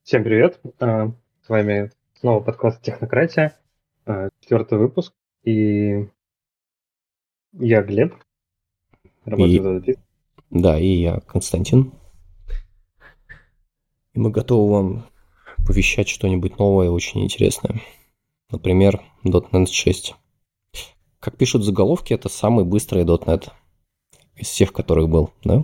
Всем привет! С вами снова подкаст «Технократия», 4-й выпуск. И я Глеб, работаю в И Додапис. да, и я Константин. И мы готовы вам повещать что-нибудь новое и очень интересное. Например, .NET 6. Как пишут заголовки, это самый быстрый .NET из всех, которых был, да?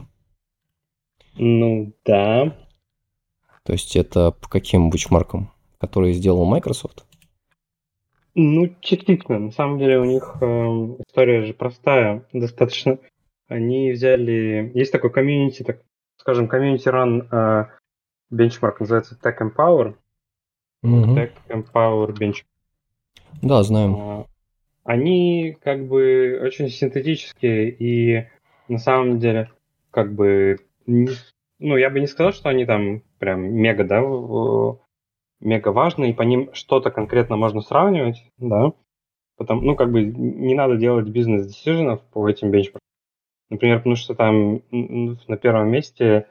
Ну да, То есть это по каким бучмаркам? Которые сделал Microsoft? ну частично. На самом деле у них история же простая достаточно. Они взяли... Есть такой комьюнити, так скажем, комьюнити-ран бенчмарк, называется Tech Empower. Вот, Угу. Tech Empower Benchmark. Да, знаем. Они как бы очень синтетические и на самом деле как бы ну я бы не сказал, что они там прям мега, да, мега важные, и по ним что-то конкретно можно сравнивать, да, потому, ну как бы не надо делать бизнес-decisionов по этим бенчмаркам. Например, потому что там на первом месте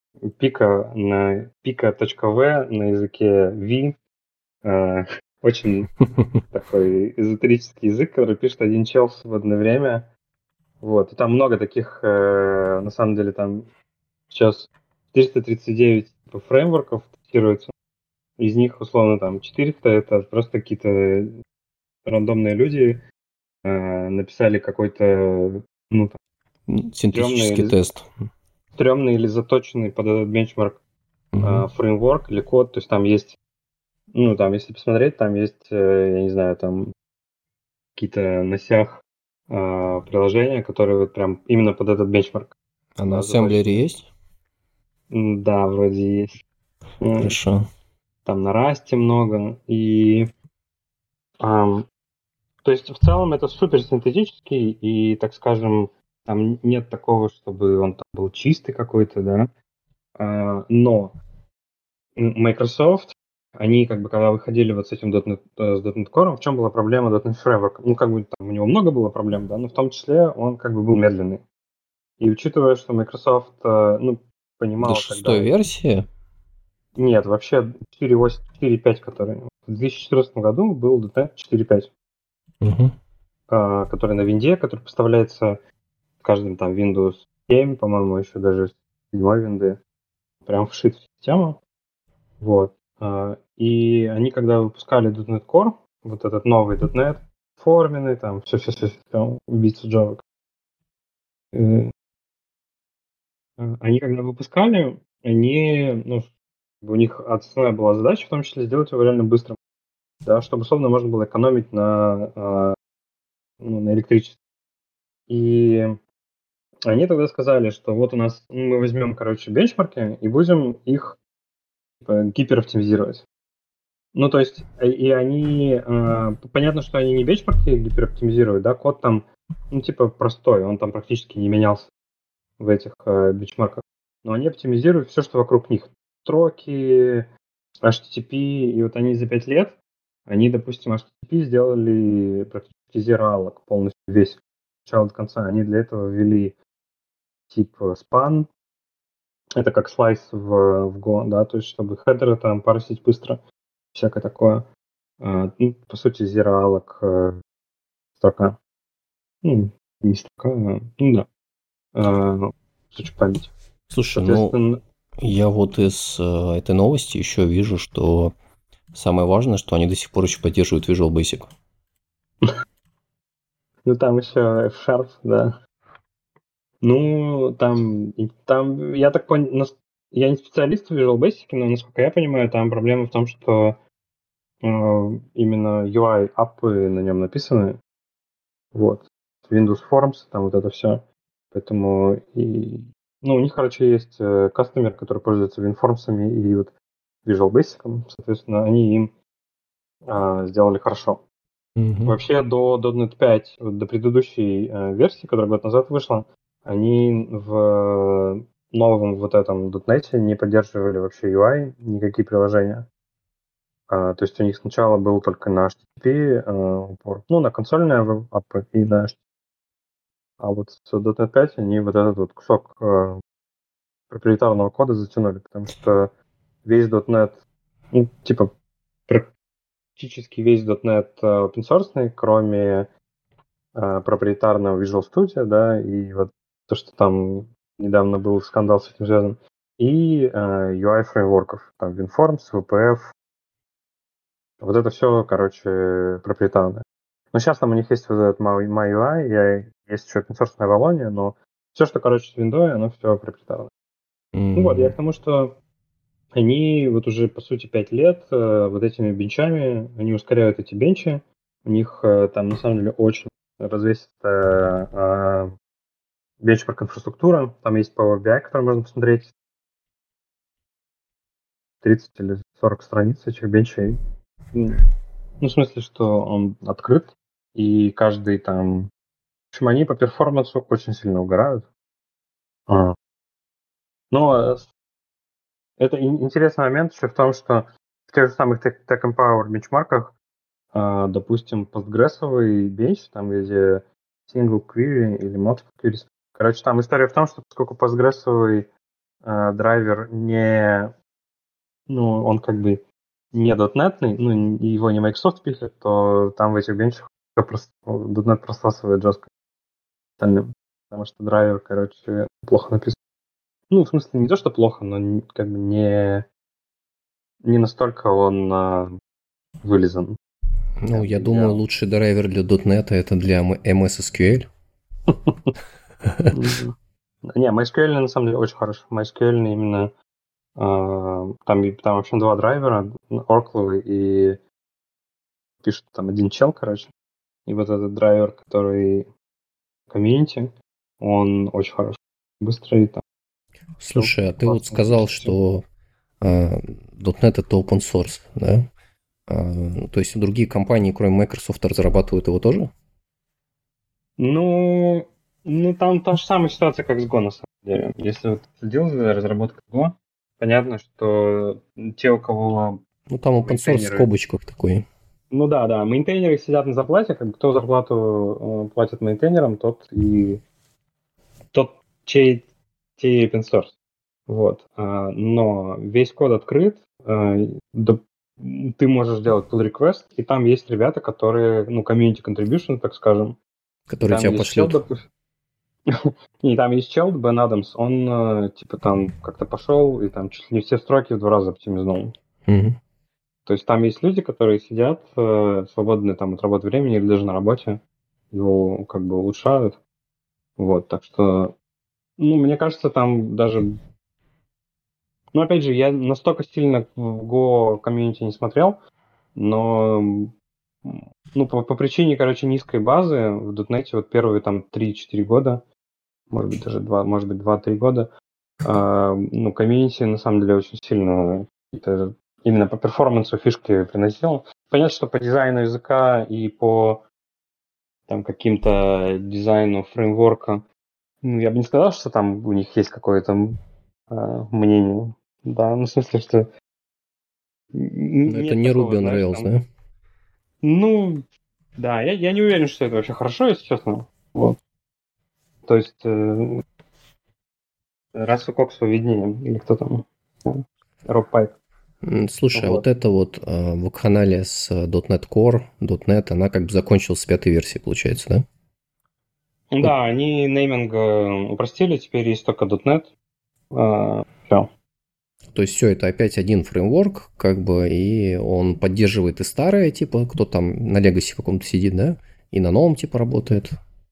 пика.v на языке V, э, очень такой эзотерический язык, который пишет один чел в свободное время. Вот. И там много таких, на самом деле, там сейчас 439 типа, фреймворков тестируется. Из них, условно, там 400 это просто какие-то рандомные люди написали какой-то, ну, там, стрёмный Синтетический или, тест. стрёмный или заточенный под этот бенчмарк Угу. фреймворк или код. То есть там есть, ну, там, если посмотреть, там есть, я не знаю, там какие-то на сях приложения, которые вот прям именно под этот бенчмарк, А на да, ассемблере заточены. есть? Да, вроде есть. Хорошо. Там на расте много. И ам, то есть в целом это супер синтетический, и, так скажем, там нет такого, чтобы он там был чистый какой-то, да. Но Microsoft, они как бы когда выходили вот с этим .NET, с .NET Core, в чем была проблема .NET Framework? Ну, как бы там у него много было проблем, да, но в том числе он как бы был медленный. И учитывая, что Microsoft, ну, До понимала шестой тогда... версии? Нет, вообще 4.8, 4.5, который... В 2014 году был .NET 4.5, Угу. который на винде, который поставляется каждым там Windows 7, по-моему, еще даже с 7 винды. Прям вшит в систему. Вот. И они, когда выпускали .NET Core, вот этот новый .NET, форменный, там, все-все-все, убийцу Java, они когда выпускали, они, ну, у них основная была задача, в том числе, сделать его реально быстрым, да, чтобы, условно, можно было экономить ну, на электричестве. И они тогда сказали, что вот у нас, мы возьмем, короче, бенчмарки и будем их типа, гипероптимизировать. Ну, то есть, и они, понятно, что они не бенчмарки гипероптимизируют, да, код там, ну, типа, простой, он там практически не менялся в этих бенчмарках, но они оптимизируют все, что вокруг них. Строки, HTTP, и вот они за 5 лет, они, допустим, HTTP сделали практически zero alloc, полностью весь, с начала до конца. Они для этого ввели тип span, это как слайс в Go, да, то есть чтобы хедеры там парсить быстро, всякое такое. Ну, по сути, zero alloc строка. Ну, не строка, ну да, кусочек памяти. Слушай, ну, Соответственно, я вот из этой новости еще вижу, что самое важное, что они до сих пор еще поддерживают Visual Basic. ну там еще F-Sharp, да. Ну, там, я так понял, я не специалист в Visual Basic, но, насколько я понимаю, там проблема в том, что именно UI-аппы на нем написаны, вот, Windows Forms, там вот это все. Поэтому, ну, у них, короче, есть кастомер, который пользуется WinForms и вот Visual Basic, соответственно, они им сделали хорошо. Угу. Вообще до .NET 5, вот до предыдущей версии, которая год назад вышла, они в новом вот этом .NET не поддерживали вообще UI, никакие приложения. То есть у них сначала был только на HTTP упор, ну, на консольные аппы и на HTTP. А вот с .NET 5 они вот этот вот кусок проприетарного кода затянули, потому что весь .NET Ну, типа, практически весь .NET open source, кроме проприетарного Visual Studio, да, и вот то, что там недавно был скандал с этим связан, и UI-фреймворков, там WinForms, WPF, вот это все, короче, проприетарное. Но сейчас там у них есть вот этот MyUI, и есть еще open source Avalonia, но все, что, короче, с Windows, оно все проприетарное. Ну вот, я к тому, что они вот уже, по сути, 5 лет вот этими бенчами, они ускоряют эти бенчи, у них там, на самом деле, очень развесистая бенчмарк инфраструктура, там есть Power BI, который можно посмотреть, 30 или 40 страниц этих бенчей. Ну, в смысле, что он открыт, и каждый там... В общем, они по перформансу очень сильно угорают. Но это интересный момент еще в том, что в тех же самых Tech Empower бенчмарках, допустим, постгрессовый бенч, там где single query или multiple queries. Короче, там история в том, что поскольку постгрессовый драйвер не... Ну, он как бы не .NET-ный, ну, и его не Microsoft пишет, то там в этих бенчах .NET просасывает жестко. Потому что драйвер, короче, плохо написан. Ну, в смысле, не то, что плохо, но как бы не настолько он вылизан. Ну, я думаю, лучший драйвер для .NET это для MS SQL. Не, MySQL на самом деле очень хороший. MySQL именно там вообще два драйвера, Oracle и пишет там один чел, короче. И вот этот драйвер, который комьюнити, он очень хороший. Быстрый там. Слушай, а ты вот сказал, что .NET это open source, да? То есть другие компании, кроме Microsoft, разрабатывают его тоже? Ну, там та же самая ситуация, как с Go, на самом деле. Если вот следил за разработкой Go, понятно, что те, у кого... Ну, там open source в скобочках такой. Ну да, мейнтейнеры сидят на зарплате, как бы кто зарплату платит мейнтейнерам, тот чей open source. Вот. Но весь код открыт, ты можешь делать pull request, и там есть ребята, которые, ну, community contribution, так скажем. Которые тебя пошлют. И там есть чел, Бен Адамс, он типа там как-то пошел и там чуть ли не все строки в 2 раза оптимизнул. То есть там есть люди, которые сидят свободные там от работы времени или даже на работе, его как бы улучшают. Вот, так что, ну, мне кажется, там даже... Ну, опять же, я настолько сильно в Go комьюнити не смотрел, но ну, по причине, короче, низкой базы в .NET вот первые там 3-4 года, может быть, даже 2-3 года, ну, комьюнити на самом деле очень сильно именно по перформансу фишки приносил. Понятно, что по дизайну языка и по там каким-то дизайну фреймворка, ну, я бы не сказал, что там у них есть какое-то мнение. Да, ну, в смысле, что... Это не Ruby on Rails, да? Ну, да, я не уверен, что это вообще хорошо, если честно. Вот. То есть Расу Коксу виднее, или кто там? Роб Пайк. Слушай, вот это вот вакханалия с .NET Core, .NET, она как бы закончилась с 5-й версии, получается, да? Да, они нейминг упростили, теперь есть только .NET. Все. То есть все, это опять один фреймворк, как бы, и он поддерживает и старое, типа, кто там на Legacy каком-то сидит, да, и на новом, типа, работает.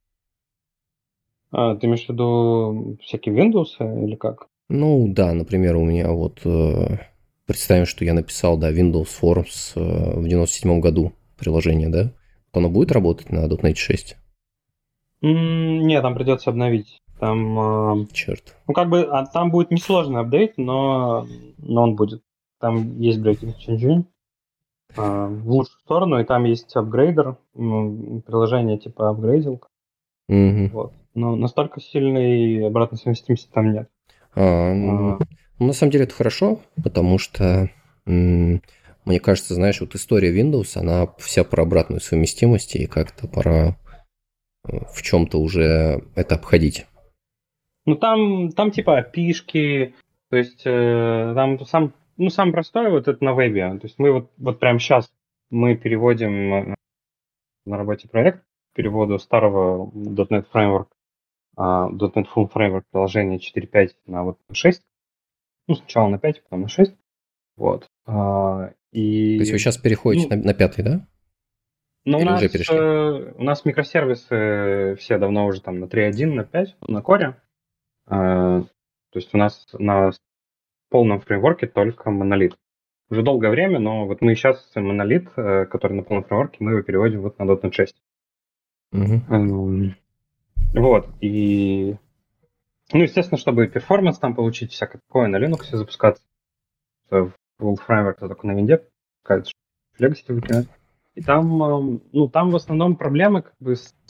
Ты имеешь в виду всякие Windows или как? Ну, да, например, у меня вот, представим, что я написал, да, Windows Forms в 97 году приложение, да, то оно будет работать на .NET 6? Нет, там придется обновить. Там, Черт. ну, как бы, там будет несложный апдейт, но он будет. Там есть breaking change в лучшую сторону, и там есть апгрейдер, приложение типа апгрейдинг. Вот. Но настолько сильной обратной совместимости там нет. Ну, на самом деле это хорошо, потому что, мне кажется, знаешь, вот история Windows, она вся про обратную совместимость, и как-то пора в чем-то уже это обходить. Ну, там типа пишки, то есть там сам Ну, самое простое вот это на вебе. То есть мы вот прямо сейчас мы переводим на работе проект переводу старого .NET Framework, .NET Full Framework приложения 4.5 на вот 6. Ну, сначала на 5, потом на 6. Вот. То есть вы И, сейчас переходите ну, на пятый, да? но Или уже перешли? у нас микросервисы все давно уже там на 3.1, на 5, на коре. То есть у нас на полном фреймворке только монолит. Уже долгое время, но вот мы сейчас монолит, который на полном фреймворке, мы его переводим вот на .NET 6. Угу. Вот, и... Ну, естественно, чтобы перформанс там получить, всякое такое, на Linux запускаться, в Full Framework, то только на винде, какая-то Legacy выкинуть. И там, ну, там в основном проблемы как бы с...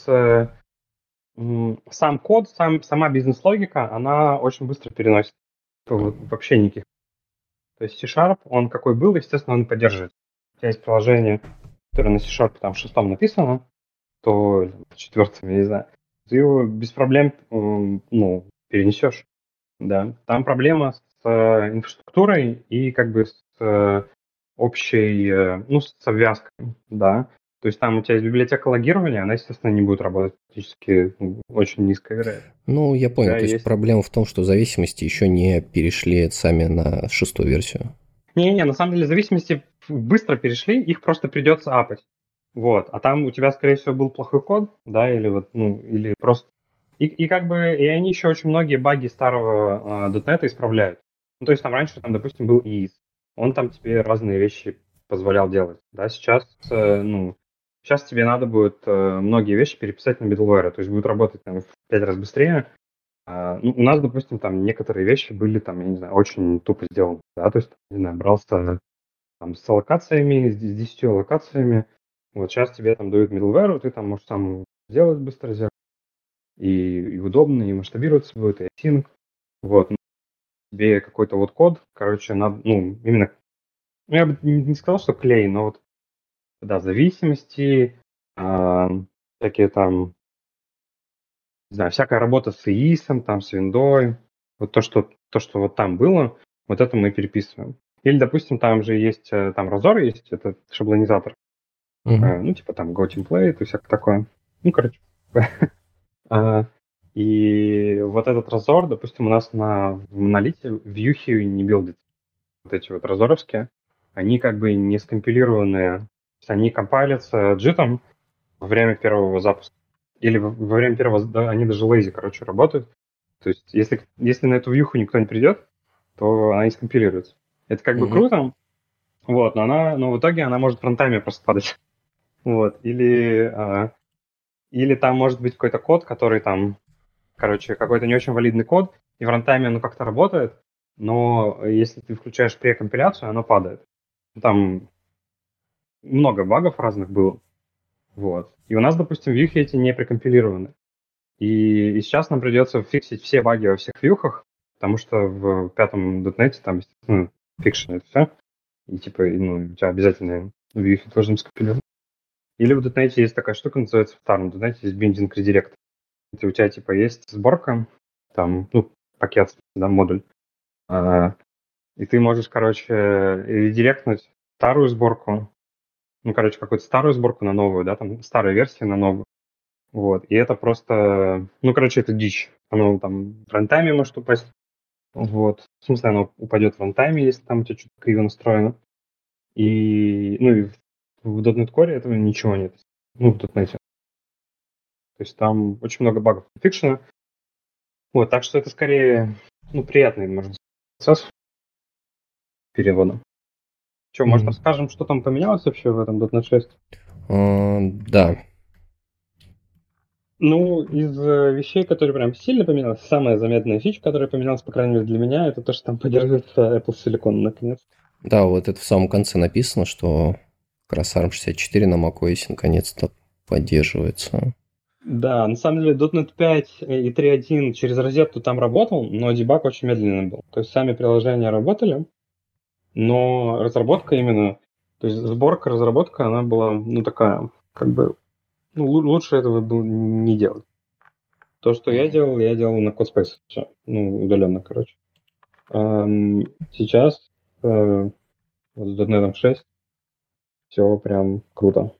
Сам код, сама бизнес-логика, она очень быстро переносит. Вообще никаких. То есть C-Sharp, он какой был, естественно, он поддерживает. У тебя есть приложение, которое на C-Sharp там в шестом написано, то в четвертом, я не знаю, ты его без проблем ну, перенесешь. Да. Там проблема с инфраструктурой и как бы с общей, ну, с обвязкой, да. То есть там у тебя есть библиотека логирования, она, естественно, не будет работать практически, очень низкая вероятность. Ну, я понял. Да, То есть проблема в том, что зависимости еще не перешли сами на шестую версию. Не-не, на самом деле зависимости быстро перешли, их просто придется апать. Вот. А там у тебя, скорее всего, был плохой код, да, или вот, ну, или просто... И как бы, и они еще очень многие баги старого .NET исправляют. Ну, то есть там раньше, там, допустим, был EAS. Он там тебе разные вещи позволял делать. Да, сейчас, ну, сейчас тебе надо будет многие вещи переписать на middleware, то есть будет работать там в 5 раз быстрее. Ну, у нас, допустим, там некоторые вещи были там, я не знаю, очень тупо сделаны, да, то есть, не знаю, брался там с локациями, с 10 локациями. Вот сейчас тебе там дают middleware, ты там можешь сам сделать быстро, сделать, и удобно, и масштабироваться будет, и async. Вот. Тебе какой-то вот код, короче, надо, ну, именно, ну, я бы не сказал, что клей, но вот, да, зависимости, всякие там, не знаю, всякая работа с EIS, там, с виндой, вот то, что вот там было, вот это мы переписываем. Или, допустим, там же есть, там Razor есть, это шаблонизатор. Ну, типа там GoTemplate и всякое такое. Ну, короче. А, И вот этот разор, допустим, у нас в монолите вьюхи не билдятся. Вот эти вот разоровские, они как бы не скомпилированные. То есть они компайлятся джитом во время первого запуска. Или во время первого, да, они даже lazy, короче, работают. То есть если на эту вьюху никто не придет, то она не скомпилируется. Это как бы круто, вот, но в итоге она может фронтами просто падать. Вот, или там может быть какой-то код, который там, короче, какой-то не очень валидный код, и в рантайме оно как-то работает, но если ты включаешь прекомпиляцию, оно падает. Там много багов разных было. Вот. И у нас, допустим, вьюхи эти не прекомпилированы. И сейчас нам придется фиксить все баги во всех вьюхах, потому что в пятом .NET там, естественно, фикшн это все. И типа, ну, у тебя обязательно вьюхи должны скомпилировать. Или в .NET есть такая штука, называется в старом .NET есть binding redirect. Это у тебя типа есть сборка, там, ну, пакет, да, модуль. И ты можешь, короче, редиректнуть старую сборку, ну, короче, какую-то старую сборку на новую, да, там, старые версии на новую. Вот, и это просто, ну, короче, это дичь. Оно там в рантайме может упасть. Вот, в смысле, оно упадет в рантайме, если там у тебя что-то криво настроено. И, ну, и в .NET Core этого ничего нет. Ну, в .NET. То есть там очень много багов фикшена. Вот, так что это скорее, ну, приятный, можно сказать, процесс перевода. Что, может, расскажем, что там поменялось вообще в этом .NET 6? Да. Ну, из вещей, которые прям сильно поменялось, самая заметная фича, которая поменялась, по крайней мере, для меня, это то, что там поддерживается Apple Silicon, наконец. Да, вот это в самом конце написано, что как раз ARM64 на macOS наконец-то поддерживается. Да, на самом деле .NET 5 и 3.1 через розетку там работал, но дебаг очень медленный был. То есть сами приложения работали, но разработка именно, то есть сборка, разработка, она была, ну, такая, как бы, ну, лучше этого было не делать. То, что я делал на CodeSpace. Все, ну, удаленно, короче. Сейчас вот с .NET 6 все прям круто.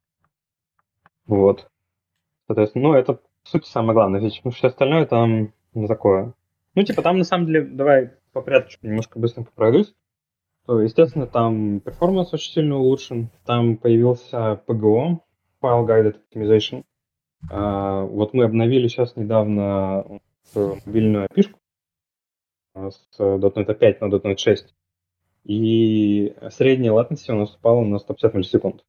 Вот. Соответственно, это, по сути, самое главное фича, потому что все остальное там такое. Там, на самом деле, давай по порядку немножко быстренько пройдусь. То, естественно, там перформанс очень сильно улучшен. Там появился PGO, File Guided Optimization. Вот мы обновили сейчас недавно мобильную API с .NET 5 на .NET 6. И средняя latency у нас упала на 150 миллисекунд.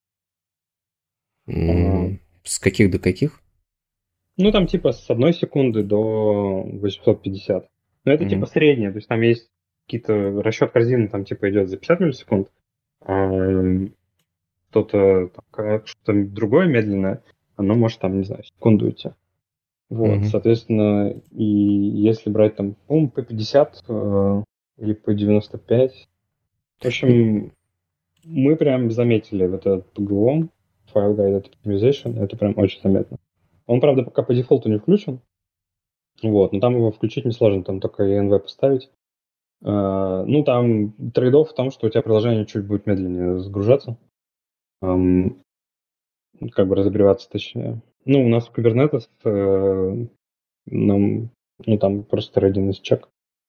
С каких до каких? Там с 1 секунды до 850. Но это среднее, то есть там есть какие-то расчет корзины, там идет за 50 миллисекунд, что-то другое медленное, оно может не знаю, секунду идти. Вот, соответственно, и если брать по 50 или по 95, в общем, мы прям заметили вот этот PGO, File Guided Optimization, это прям очень заметно. Он, правда, пока по дефолту не включен, вот, но там его включить несложно, там только ENV поставить. Там трейд-офф в том, что у тебя приложение чуть будет медленнее загружаться, разогреваться точнее. У нас в Kubernetes там просто readiness check.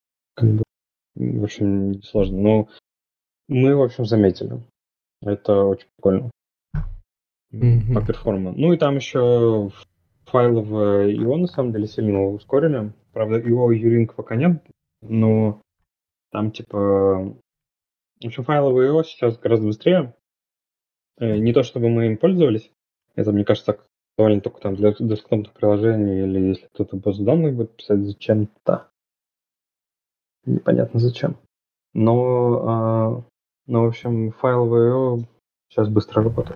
В общем, несложно. Но мы, в общем, заметили. Это очень прикольно. По перформансу. И там еще файловое IO, на самом деле, сильно ускорили. Правда, IO и Uring пока нет, но там, в общем, файловое IO сейчас гораздо быстрее. Не то, чтобы мы им пользовались. Это, мне кажется, актуально только для десктопных приложений или если кто-то базу данных будет писать зачем-то. Непонятно зачем. Но, в общем, файловое IO сейчас быстро работает.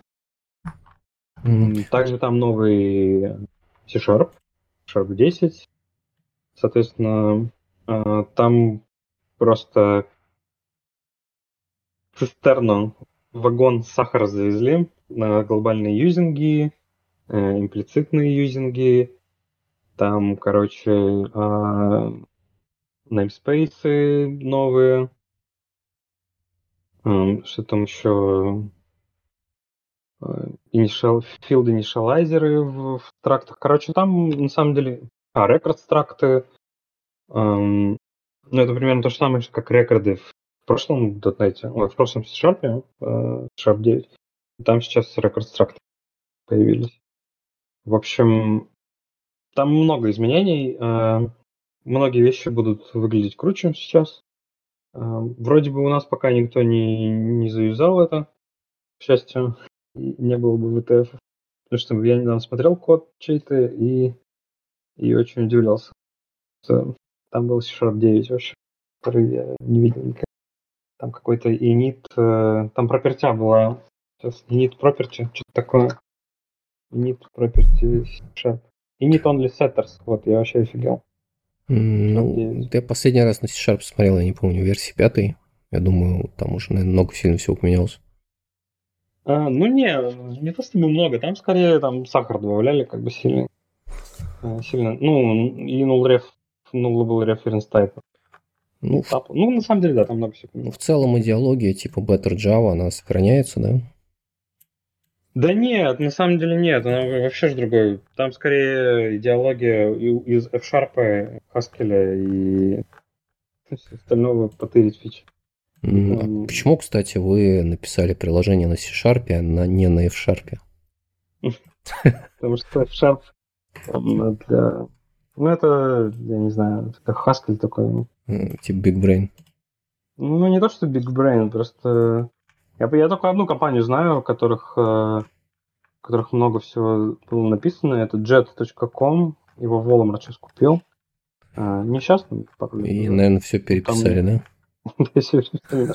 Также там новый C-Sharp, Sharp 10. Соответственно, там просто цистерну, вагон сахара завезли на глобальные юзинги, имплицитные юзинги. Там, namespace новые. Что там еще? Field initializerы в трактах. Там на самом деле рекорд-тракты. Это примерно то же самое, как рекорды в прошлом .NET, в прошлом C-Sharp, Sharp 9. Там сейчас рекорд-тракты появились. В общем, там много изменений. Многие вещи будут выглядеть круче, чем сейчас. Вроде бы у нас пока никто не заюзал это, к счастью. Не было бы ВТФ. Потому что я недавно смотрел код чей-то и очень удивлялся. Там был C-Sharp 9 вообще, который я не видел никогда. Там какой-то init, там пропертя была. Сейчас init property, что-то такое. Init property C-Sharp. Init only setters. Вот, я вообще офигел. Я последний раз на C-Sharp смотрел, я не помню, версии 5. Я думаю, там уже, наверное, много сильно всего поменялось. Не то чтобы много, там скорее сахар добавляли сильно. И nullable reference type. На самом деле, да, там много всего. В целом идеология типа Better Java, она сохраняется, да? Да нет, на самом деле нет, она вообще же другой. Там скорее идеология из F-Sharp, Haskell и остального потырить фич. Почему, кстати, вы написали приложение на C-Sharp, а не на F-Sharp? Потому что F-Sharp для... это, я не знаю, это Haskell такой. Типа Big Brain. Не то, что Big Brain, просто... Я только одну компанию знаю, у которых много всего было написано. Это jet.com. Его Walmart сейчас купил. Несчастно. И, наверное, все переписали, да? Не,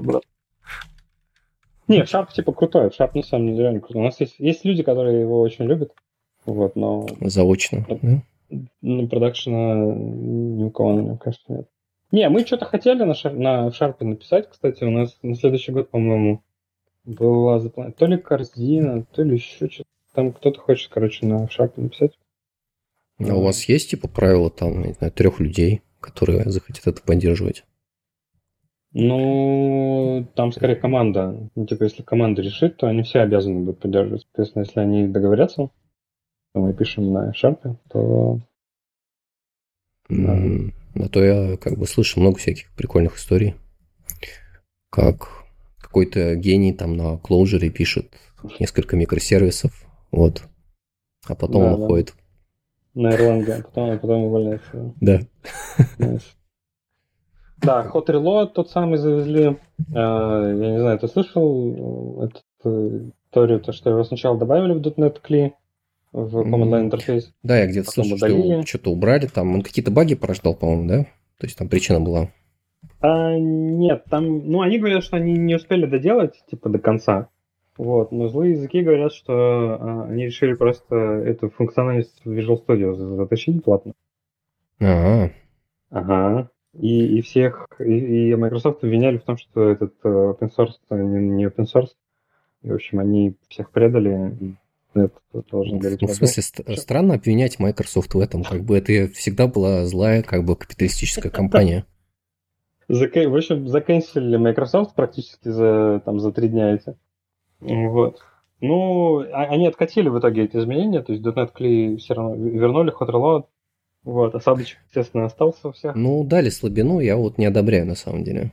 Sharp крутой. Sharp на самом деле реально крутой. У нас есть люди, которые его очень любят. Вот, но... Заочно, да? Продакшена ни у кого, мне кажется, нет. Не, мы что-то хотели на Sharp написать, кстати. У нас на следующий год, по-моему, была запланирована то ли корзина, то ли еще что-то. Там кто-то хочет, на Sharp написать. А у вас есть, правила, не знаю, 3 людей, которые захотят это поддерживать? Ну, там скорее команда. Ну, типа, если команда решит, то они все обязаны будут поддерживать. Соответственно, если они договорятся, то мы пишем на шарпе, то да. А то я как бы слышал много всяких прикольных историй, как какой-то гений там на Clojure пишет несколько микросервисов, вот, а потом он Да, да. уходит. На Erlang, а потом увольняется. Да. Nice. Да, Hot Reload тот самый завезли. Я не знаю, ты слышал эту историю, то, что его сначала добавили в .NET CLI, в Command Line интерфейс, Да, я где-то потом слышал, что его удалили. что-то убрали, там он какие-то баги порождал, по-моему, да? То есть там причина была. Нет, там, ну, они говорят, что они не успели доделать, типа, до конца. Вот, но злые языки говорят, что они решили просто эту функциональность в Visual Studio затащить платно. А, Ага. И всех, и Microsoft обвиняли в том, что этот open source не open source. И, в общем, они всех предали, и это должен гореть ну, в в аду. смысле, странно обвинять Microsoft в этом, как бы это всегда была злая, как бы капиталистическая компания. В общем, заканчивали Microsoft практически за 3 дня эти. Вот. Ну, они откатили в итоге эти изменения, то есть .NET CLI все равно вернули, hot reload. Вот, осадочек, естественно, остался у всех. Ну, дали слабину, я вот не одобряю на самом деле.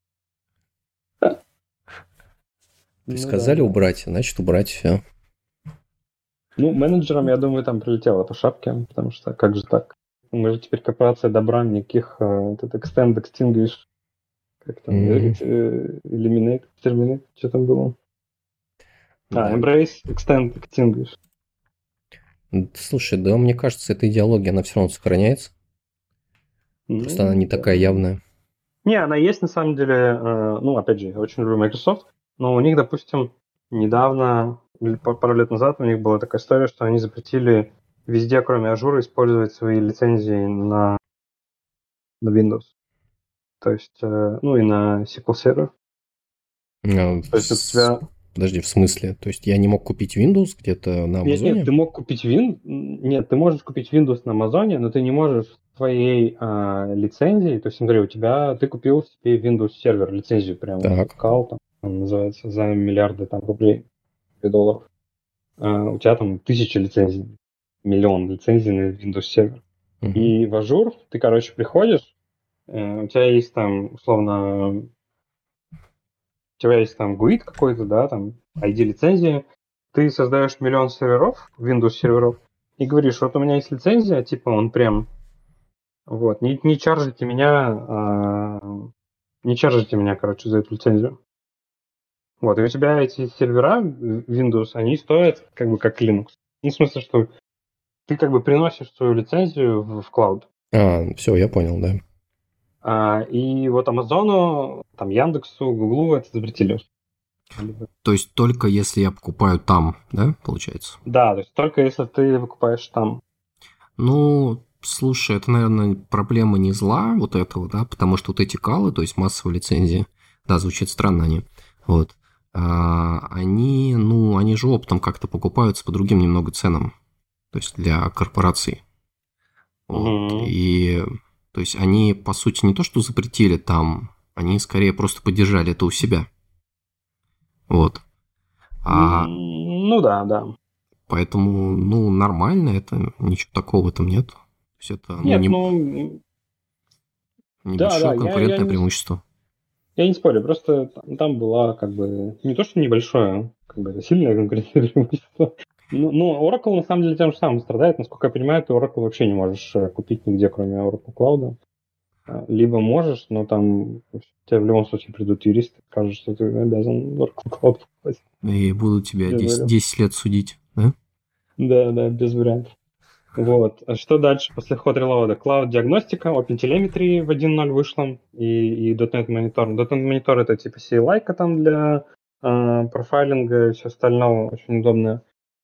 То есть Ну да, сказали да. убрать, значит убрать все. Ну, менеджерам, я думаю, там прилетело по шапке, потому что как же так? Мы же теперь корпорация добра, никаких этот extend, extinguish, как там, eliminate, terminate, что там было? Да. Embrace, extend, extinguish. Слушай, да, мне кажется, эта идеология, она все равно сохраняется. Просто она не Ну, да. такая явная. Не, она есть на самом деле, ну, опять же, я очень люблю Microsoft, но у них, допустим, недавно, или пару лет назад, у них была такая история, что они запретили везде, кроме Ажура, использовать свои лицензии на Windows. То есть, ну, и на SQL Server. А, То есть у тебя... Подожди, в смысле? То есть я не мог купить Windows где-то на Нет, Амазоне? ты мог купить Нет, ты можешь купить Windows на Амазоне, но ты не можешь своей лицензии, то есть смотри, ты купил себе Windows сервер, лицензию прямо Так. кал, там, он называется, за миллиарды там рублей или долларов. У тебя там 1000 лицензий, миллион лицензий на Windows сервер. Мгм. И в Ажур ты, короче, приходишь, у тебя есть там, условно, у тебя есть там GUID какой-то, да, там ID лицензия, ты создаешь миллион серверов, Windows серверов, и говоришь, вот у меня есть лицензия, типа он прям, вот, не чаржите меня, не чаржите меня, короче, за эту лицензию. Вот, и у тебя эти сервера Windows, они стоят как бы как Linux. Ну, в смысле, что ты как бы приносишь свою лицензию в клауд. Все, я понял, да. И вот Амазону, там Яндексу, Гуглу это запретили. То есть только если я покупаю там, да, получается? Да, то есть только если ты выкупаешь там. Ну, слушай, это, наверное, проблема не зла вот этого, да, потому что вот эти калы, то есть массовые лицензии, да, звучит странно они, вот, они, ну, они же оптом как-то покупаются по другим немного ценам, то есть для корпораций, вот, Угу. и, то есть они, по сути, не то, что запретили там, они скорее просто поддержали это у себя, вот, а Ну да, да. поэтому, ну, нормально это, ничего такого в этом нет, то есть это, ну, Нет, не, ну да, да, небольшое конкурентное преимущество. я не спорю, просто там была как бы не то, что небольшое, как бы это сильное конкурентное преимущество. Ну, Oracle на самом деле тем же самым страдает. Насколько я понимаю, ты Oracle вообще не можешь купить нигде, кроме Oracle Cloud. Либо можешь, но там тебе в любом случае придут юристы, скажут, что ты обязан Oracle Cloud покупать. И будут тебя Без 10, вариантов. 10 лет судить, да? Да, да, без вариантов. Вот. А что дальше после Hot Reload? Cloud диагностика, OpenTelemetry в 1.0 вышло, и .NET Monitor. .NET Monitor это типа CLI там для профайлинга и все остальное, очень удобно.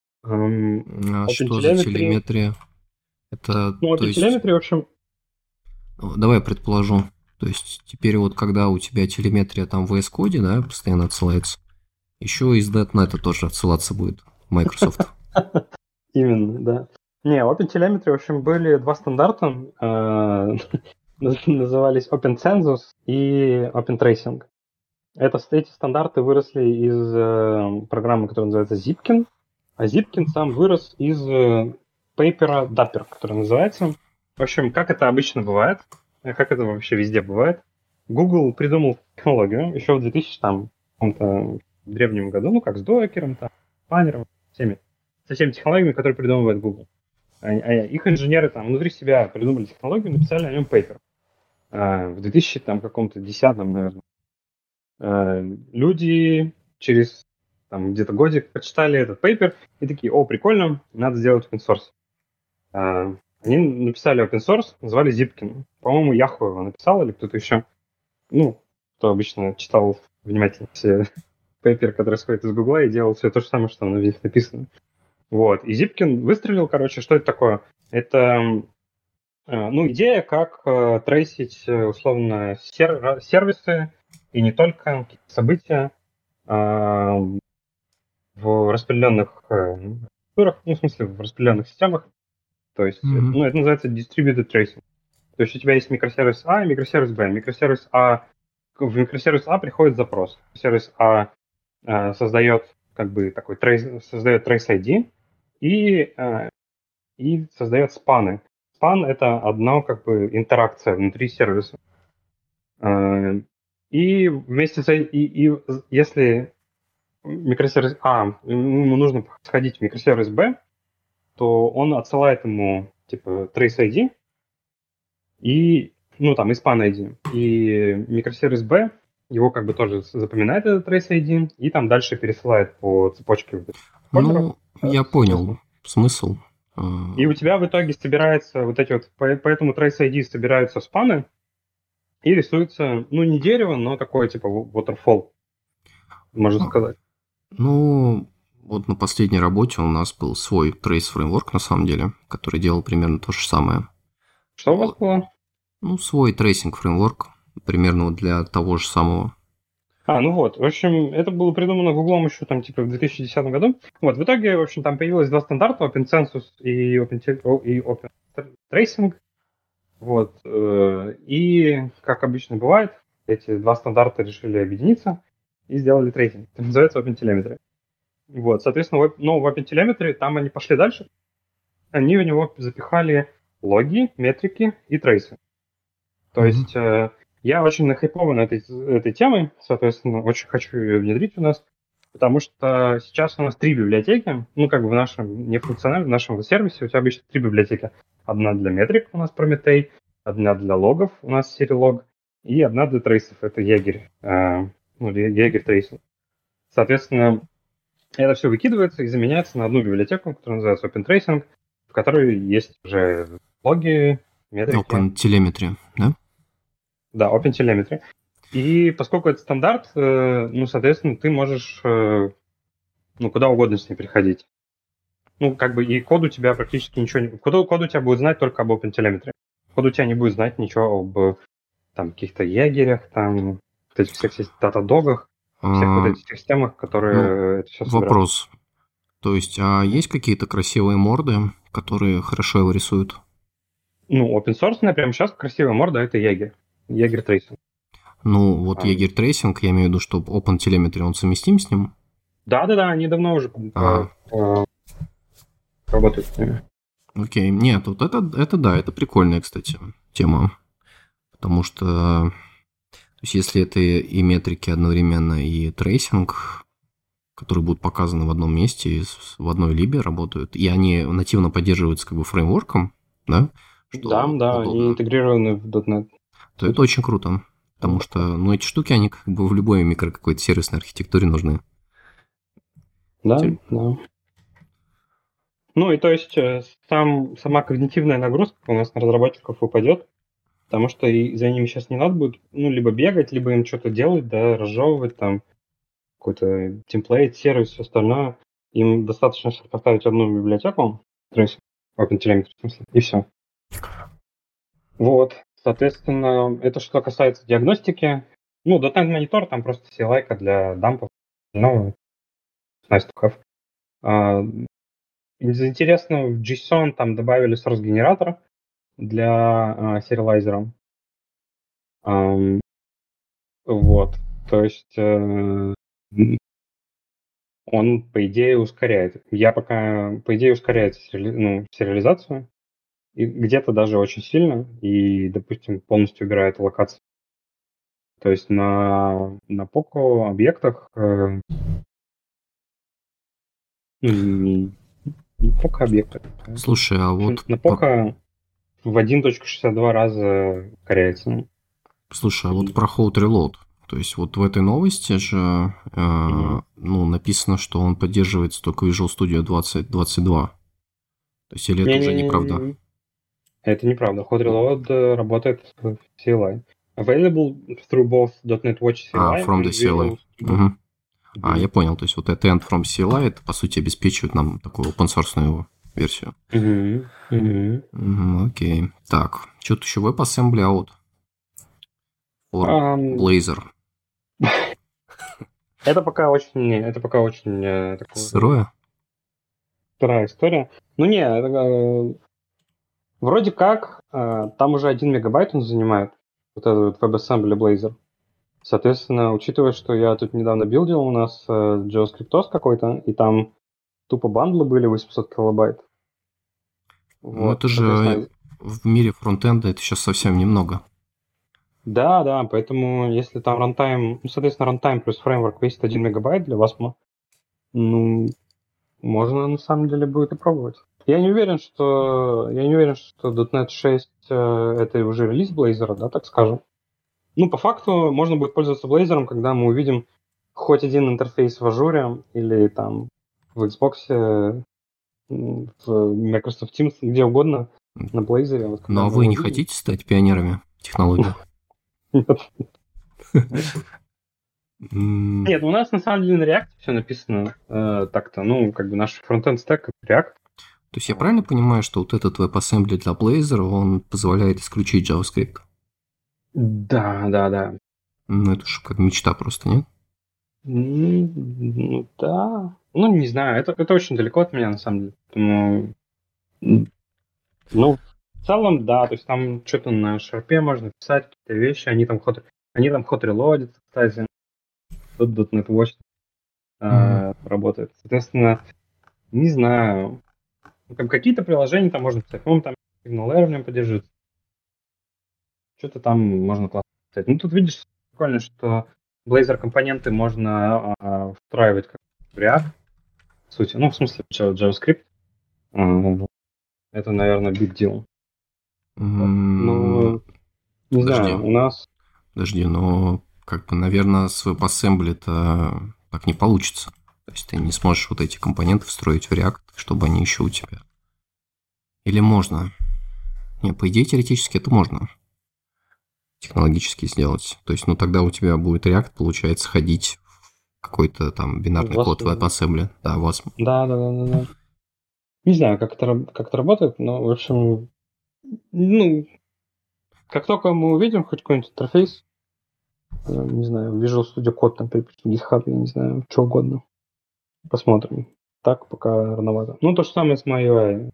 А что за OpenTelemetry. телеметрия? Это, Ну, то есть, OpenTelemetry, в общем, давай я предположу. То есть, теперь вот когда у тебя телеметрия там в VS Code, да, постоянно отсылается, еще из .NET тоже отсылаться будет Microsoft. именно, да. Не, OpenTelemetry, в общем, были два стандарта. назывались OpenCensus и OpenTracing. Эти стандарты выросли из программы, которая называется Zipkin, а Zipkin сам вырос из пейпера Dapper, который называется. В общем, как это обычно бывает, как это вообще везде бывает, Google придумал технологию еще в 2000 там, каком-то древнем году, ну как с Докером, там, планером, со всеми технологиями, которые придумывает Google. Их инженеры там внутри себя придумали технологию, написали о нем пейпер. В 2000 там каком-то 10-м, наверное. Люди через там, где-то годик прочитали этот пейпер и такие: о, прикольно, надо сделать open source. Они написали open source, назвали Zipkin. По-моему, Яху его написал или кто-то еще. Ну, кто обычно читал внимательно все пейперы, которые сходят из Гугла, и делал все то же самое, что на них написано. Вот. И Zipkin выстрелил, короче, что это такое? Это идея, как трейсить условно сервисы и не только события в распределенных структурах, ну, в смысле, в распределенных системах. То есть, это называется distributed tracing. То есть у тебя есть микросервис А и микросервис Б. В микросервис А приходит запрос. Сервис А создает как бы такой создает trace ID и создает спаны. Спан — это одна как бы интеракция внутри сервиса. И вместе с если микросервис А, ему нужно сходить в микросервис Б, то он отсылает ему типа trace ID и, ну там, и span ID. И микросервис Б его как бы тоже запоминает этот trace ID и там дальше пересылает по цепочке фолдеров. Я понял смысл. И у тебя в итоге собирается вот эти вот, по этому trace ID собираются спаны и рисуется, ну, не дерево, но такое типа waterfall, можно сказать. Ну, вот на последней работе у нас был свой Trace Framework, на самом деле, который делал примерно то же самое. Что у вас было? Ну, свой трейсинг фреймворк, примерно вот для того же самого. Ну вот, в общем, это было придумано Гуглом еще там типа в 2010 году. Вот, в итоге, в общем, там появилось два стандарта, OpenCensus и OpenTracing. Вот, и, как обычно бывает, эти два стандарта решили объединиться и сделали трейсинг. Это называется OpenTelemetry. Вот, соответственно, в OpenTelemetry там они пошли дальше. Они в него запихали логи, метрики и трейсы. То есть я очень нахайпован этой темой, соответственно, очень хочу ее внедрить у нас, потому что сейчас у нас три библиотеки, ну, как бы в нашем нефункциональном, в нашем сервисе у тебя обычно три библиотеки. Одна для метрик у нас Prometei, одна для логов у нас Serilog, и одна для трейсов, это Jaeger, Jaeger трейсинг. Соответственно, это все выкидывается и заменяется на одну библиотеку, которая называется OpenTracing, в которой есть уже логи, метрики. OpenTelemetry, да? Да, OpenTelemetry. И поскольку это стандарт, соответственно, ты можешь куда угодно с ней приходить. Ну, как бы и код у тебя практически ничего не... Код у тебя будет знать только об OpenTelemetry. Код у тебя не будет знать ничего об там каких-то егерях, там вот этих всех датадогах, всех вот этих системах, которые это все собирают. Вопрос. То есть, есть какие-то красивые морды, которые хорошо его рисуют? Ну, open source, прямо сейчас красивая морда — это Jaeger. Jaeger Tracing. Ну, вот Jaeger Tracing, я имею в виду, что OpenTelemetry, он совместим с ним? Да, они давно уже работают с ними. Окей, нет, вот это да, это прикольная, кстати, тема. Потому что, то есть, если это и метрики одновременно, и трейсинг, которые будут показаны в одном месте, в одной либе работают, и они нативно поддерживаются как бы фреймворком, да? Да, они интегрированы в .NET. То это очень круто, потому что, эти штуки, они как бы в любой микро какой-то сервисной архитектуре нужны. Да. Ну и то есть сама когнитивная нагрузка у нас на разработчиков упадет, потому что и за ними сейчас не надо будет, либо бегать, либо им что-то делать, да, разжевывать там какой-то темплейт, сервис, все остальное. Им достаточно сейчас поставить одну библиотеку, OpenTelemetry, в смысле, и все. Вот, соответственно, это что касается диагностики. .NET Monitor, там просто CLI для дампов, nice to have. Из интересного в JSON там добавили source-генератор для сериалайзера. Вот. То есть он, по идее, ускоряет. Я пока, по идее, ускоряет сериализацию. И где-то даже очень сильно. И, допустим, полностью убирает локации. То есть на Poco объектах, не Poco объектах. Слушай, а вот... На Poco в 1.62 раза ускоряется. Слушай, а вот про Hot Reload. То есть вот в этой новости же написано, что он поддерживается только Visual Studio 2022. То есть или это уже неправда? Это неправда. Hot Reload работает в CLI. Available through both .NET Watch CLI From the and CLI. Visual Studio. Я понял. То есть вот это end from CLI, это по сути обеспечивает нам такую open-source версию. Окей. Так, что-то еще WebAssembly out. For Blazor. Это пока очень такое... Сырое? Вторая история. Ну не, вроде как там уже 1 мегабайт он занимает, вот этот WebAssembly Blazor. Соответственно, учитывая, что я тут недавно билдил, у нас JavaScript какой-то, и там тупо бандлы были 800 килобайт. Ну это же в мире фронтенда это сейчас совсем немного. Да, поэтому если там рантайм, соответственно, рантайм плюс фреймворк весит 1 мегабайт для вас, можно на самом деле будет и пробовать. Я не уверен, что .NET 6 это уже релиз Blazor, да, так скажем. По факту можно будет пользоваться Blazor, когда мы увидим хоть один интерфейс в Azure или там в Xbox, в Microsoft Teams, где угодно на Blazor. Вот, ну а вы не хотите стать пионерами технологий? Нет, у нас на самом деле на React все написано так-то. Наш фронтенд стек — это React. То есть я правильно понимаю, что вот этот WebAssembly для Blazor, он позволяет исключить JavaScript? Да. Ну, это же как мечта просто, нет? Да. Не знаю, это очень далеко от меня, на самом деле. Поэтому, в целом, да, то есть там что-то на шарпе можно писать, какие-то вещи, они там ход релодятся, кстати. Тут .NET Watch работает. Соответственно, не знаю. Какие-то приложения там можно писать. Там SignalAir в нем поддерживается. Что-то там можно классно писать. Тут видишь, прикольно, что Blazor компоненты можно встраивать как в React, в сути. В смысле, JavaScript. Это, наверное, big deal. Не знаю, у нас... Подожди, но наверное, с WebAssembly-то так не получится. То есть ты не сможешь вот эти компоненты встроить в React, чтобы они еще у тебя. Или можно? Не, по идее, теоретически это можно технологически сделать. То есть, тогда у тебя будет React, получается, ходить в какой-то там бинарный код в WebAssembly. Да, у вас. Да. Не знаю, как это работает, но, в общем, как только мы увидим хоть какой-нибудь интерфейс, не знаю, Visual Studio Code, там, GitHub, я не знаю, что угодно, посмотрим. Так пока рановато. То же самое с MyUI,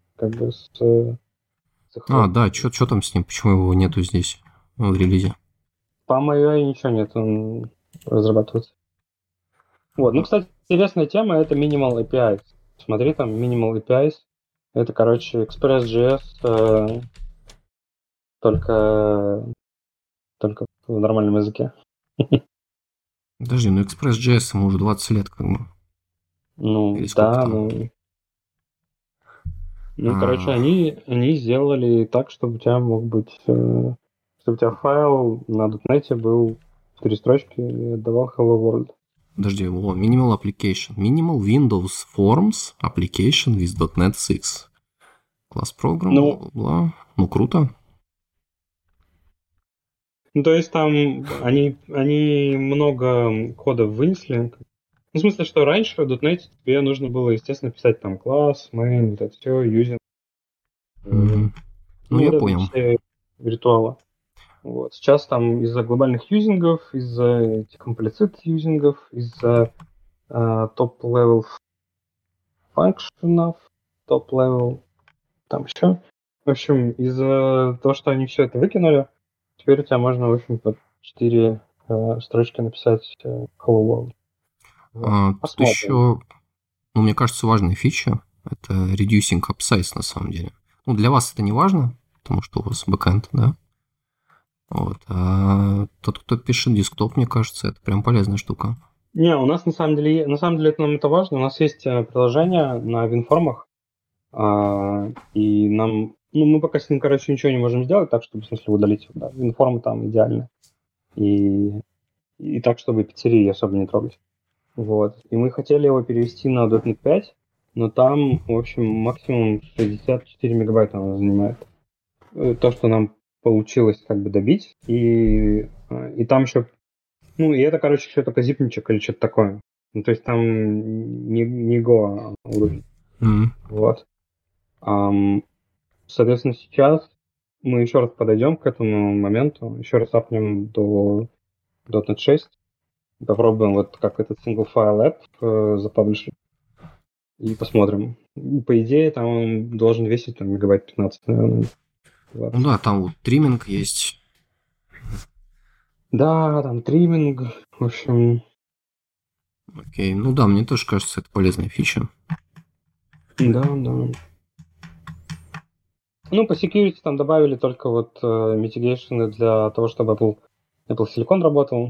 Да, что там с ним? Почему его нету здесь в релизе? По MyUI ничего нет, он разрабатывается. Вот, кстати, интересная тема — это Minimal APIs. Смотри, там Minimal APIs. Это, Express.js только в нормальном языке. Подожди, Express.js ему уже 20 лет, как бы. Они сделали так, чтобы у тебя чтобы у тебя файл на .NET был 4 строчки и отдавал Hello World. Подожди, Minimal Application. Minimal Windows Forms Application with .NET 6. Класс программ, бла. Круто. То есть там они много кодов вынесли. В смысле, что раньше в .NET тебе нужно было, естественно, писать там класс, main, вот это все, using. Я понял. Все ритуалы. Вот. Сейчас там из-за глобальных юзингов, из-за этих implicit юзингов, из-за топ-левел функшенов, топ-левел там еще. В общем, из-за того, что они все это выкинули, теперь у тебя можно, в общем, под 4 строчки написать Hello World. Тут Посмотрим. еще, мне кажется, важная фича – это reducing upsize на самом деле. Для вас это не важно, потому что у вас бэкэнд, да? Вот. А тот, кто пишет десктоп, мне кажется, это прям полезная штука. Не, у нас на самом деле это важно. У нас есть приложение на WinFormах, и нам, мы пока с ним, ничего не можем сделать, так, чтобы, в смысле, удалить его, да. WinForm там идеально. И так, чтобы пиццерии особо не трогать. Вот. И мы хотели его перевести на .NET 5, но там, в общем, максимум 64 мегабайта он занимает. То, что нам получилось добить. И там еще... и это, еще только зипничек или что-то такое. То есть там не Go уровень. Вот. Соответственно, сейчас мы еще раз подойдем к этому моменту, еще раз апнем до .NET 6, попробуем как этот single file app запаблишить и посмотрим. По идее, там он должен весить мегабайт 15, наверное. 20. Да, там тримминг есть. Да, там тримминг, в общем... Окей, мне тоже кажется, это полезная фича. Да. По security там добавили только mitigation для того, чтобы Apple Silicon работал,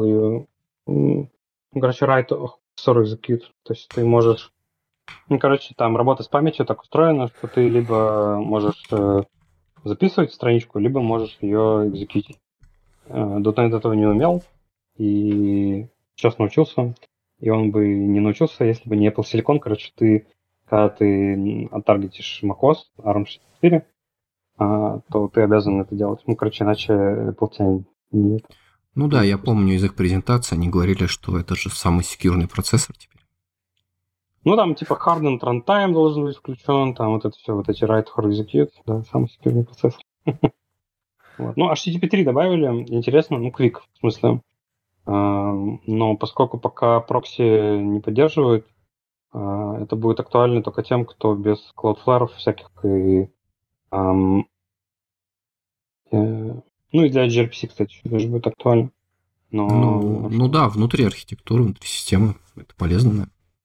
write or execute. То есть ты можешь... там работа с памятью так устроена, что ты либо можешь записывать страничку, либо можешь ее экзекьютить. .NET этого не умел, и сейчас научился. И он бы не научился, если бы не Apple Silicon. Когда ты оттаргетишь macOS, ARM64, то ты обязан это делать. Иначе Apple тебя не... Да, я помню из их презентации, они говорили, что это же самый секьюрный процессор теперь. Там hardened runtime должен быть включен, там это все, эти write or execute, да, самый секьюрный процессор. HTTP 3 добавили, интересно, Quick, в смысле. Но поскольку пока прокси не поддерживают, это будет актуально только тем, кто без Cloudflare всяких и для gRPC, кстати, даже будет актуально. Да, внутри архитектуры, внутри системы это полезно,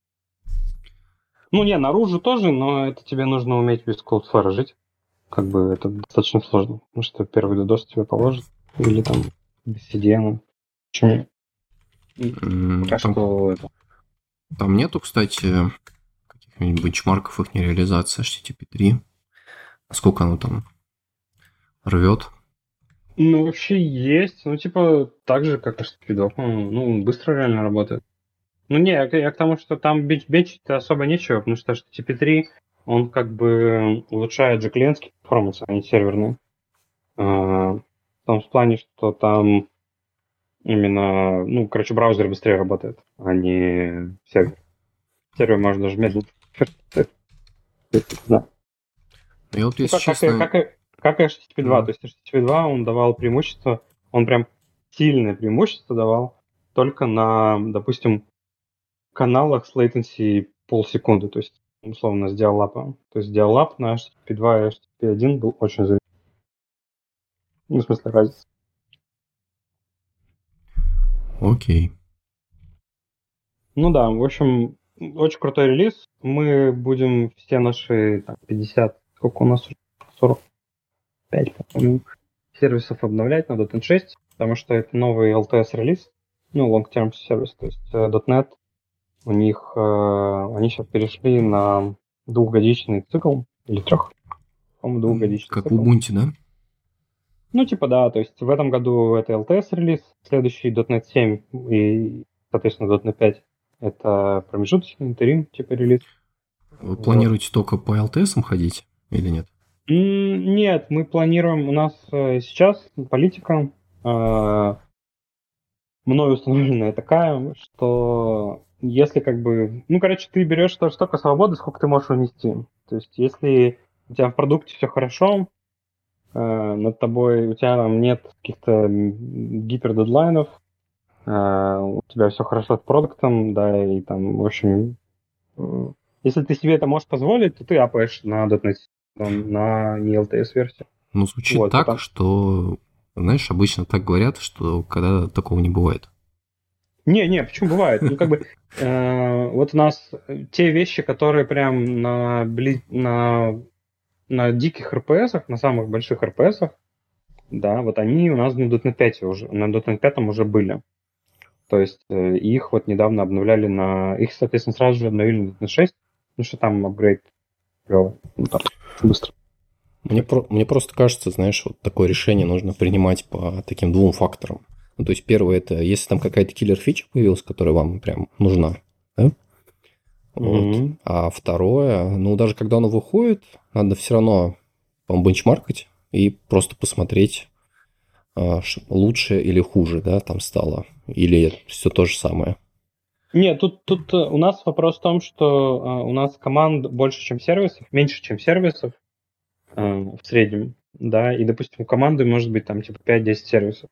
да. Наружу тоже, но это тебе нужно уметь без Cloudflare жить. Это достаточно сложно, потому что первый DDoS тебе положит, или там без CDN. Почему? Пока что это. Там нету, кстати, каких-нибудь бенчмарков их нереализации HTTP 3. Сколько оно там рвет? Вообще есть. Так же, как HTTP 2, по-моему. Быстро реально работает. Я к тому, что там бенчить-то особо нечего, потому что HTTP 3, он улучшает же клиентский перформанс, а не серверный. В том плане, что там именно, браузер быстрее работает, а не сервер. Сервер можно даже медленно. Да. Если честно... Как и HTTP 2. То есть HTTP 2, он давал преимущество, он прям сильное преимущество давал только на, допустим, каналах с latency полсекунды, то есть, условно, с диалапа. То есть диалап на HTTP 2 и HTTP 1 был очень зависим. В смысле, разница. Окей. Да, в общем, очень крутой релиз. Мы будем все наши 50, сколько у нас уже? 45, по-моему, сервисов обновлять на .NET 6, потому что это новый LTS-релиз, long-term сервис, то есть .NET, у них, они сейчас перешли на двухгодичный цикл, или по-моему, двухгодичный как цикл. в Ubuntu, да? Да, то есть в этом году это LTS-релиз, следующий .NET 7 и, соответственно, .NET 5 это промежуточный интерим релиз. Вы планируете только по LTS ходить или нет? Нет, мы планируем, у нас сейчас политика мною установленная такая, что если ты берешь столько свободы, сколько ты можешь унести. То есть если у тебя в продукте все хорошо, над тобой у тебя там нет каких-то гипердедлайнов, у тебя все хорошо с продуктом, да, и там, в общем, если ты себе это можешь позволить, то ты апаешь на .NET, на не LTS-версию. Звучит так, что Знаешь, обычно так говорят, что когда такого не бывает. Не, почему бывает? Ну, как бы, вот у нас те вещи, которые прям на диких РПСах, на самых больших РПСах, да, вот они у нас на .NET 5 уже, на .NET 5 уже были. То есть их вот недавно обновляли их, соответственно, сразу же обновили на .NET 6, ну что там апгрейд клёво, ну, там, быстро. Мне просто кажется, знаешь, вот такое решение нужно принимать по таким двум факторам. Ну, то есть, первое, это если там какая-то киллер-фича появилась, которая вам прям нужна, да? Вот. Мгм. А второе, ну, даже когда оно выходит, надо все равно, по-моему, бенчмаркать и просто посмотреть, лучше или хуже, да, там стало. Или все то же самое. Нет, тут у нас вопрос в том, что у нас команд больше, чем сервисов, меньше, чем сервисов в среднем, да, и, допустим, у команды может быть там типа 5-10 сервисов,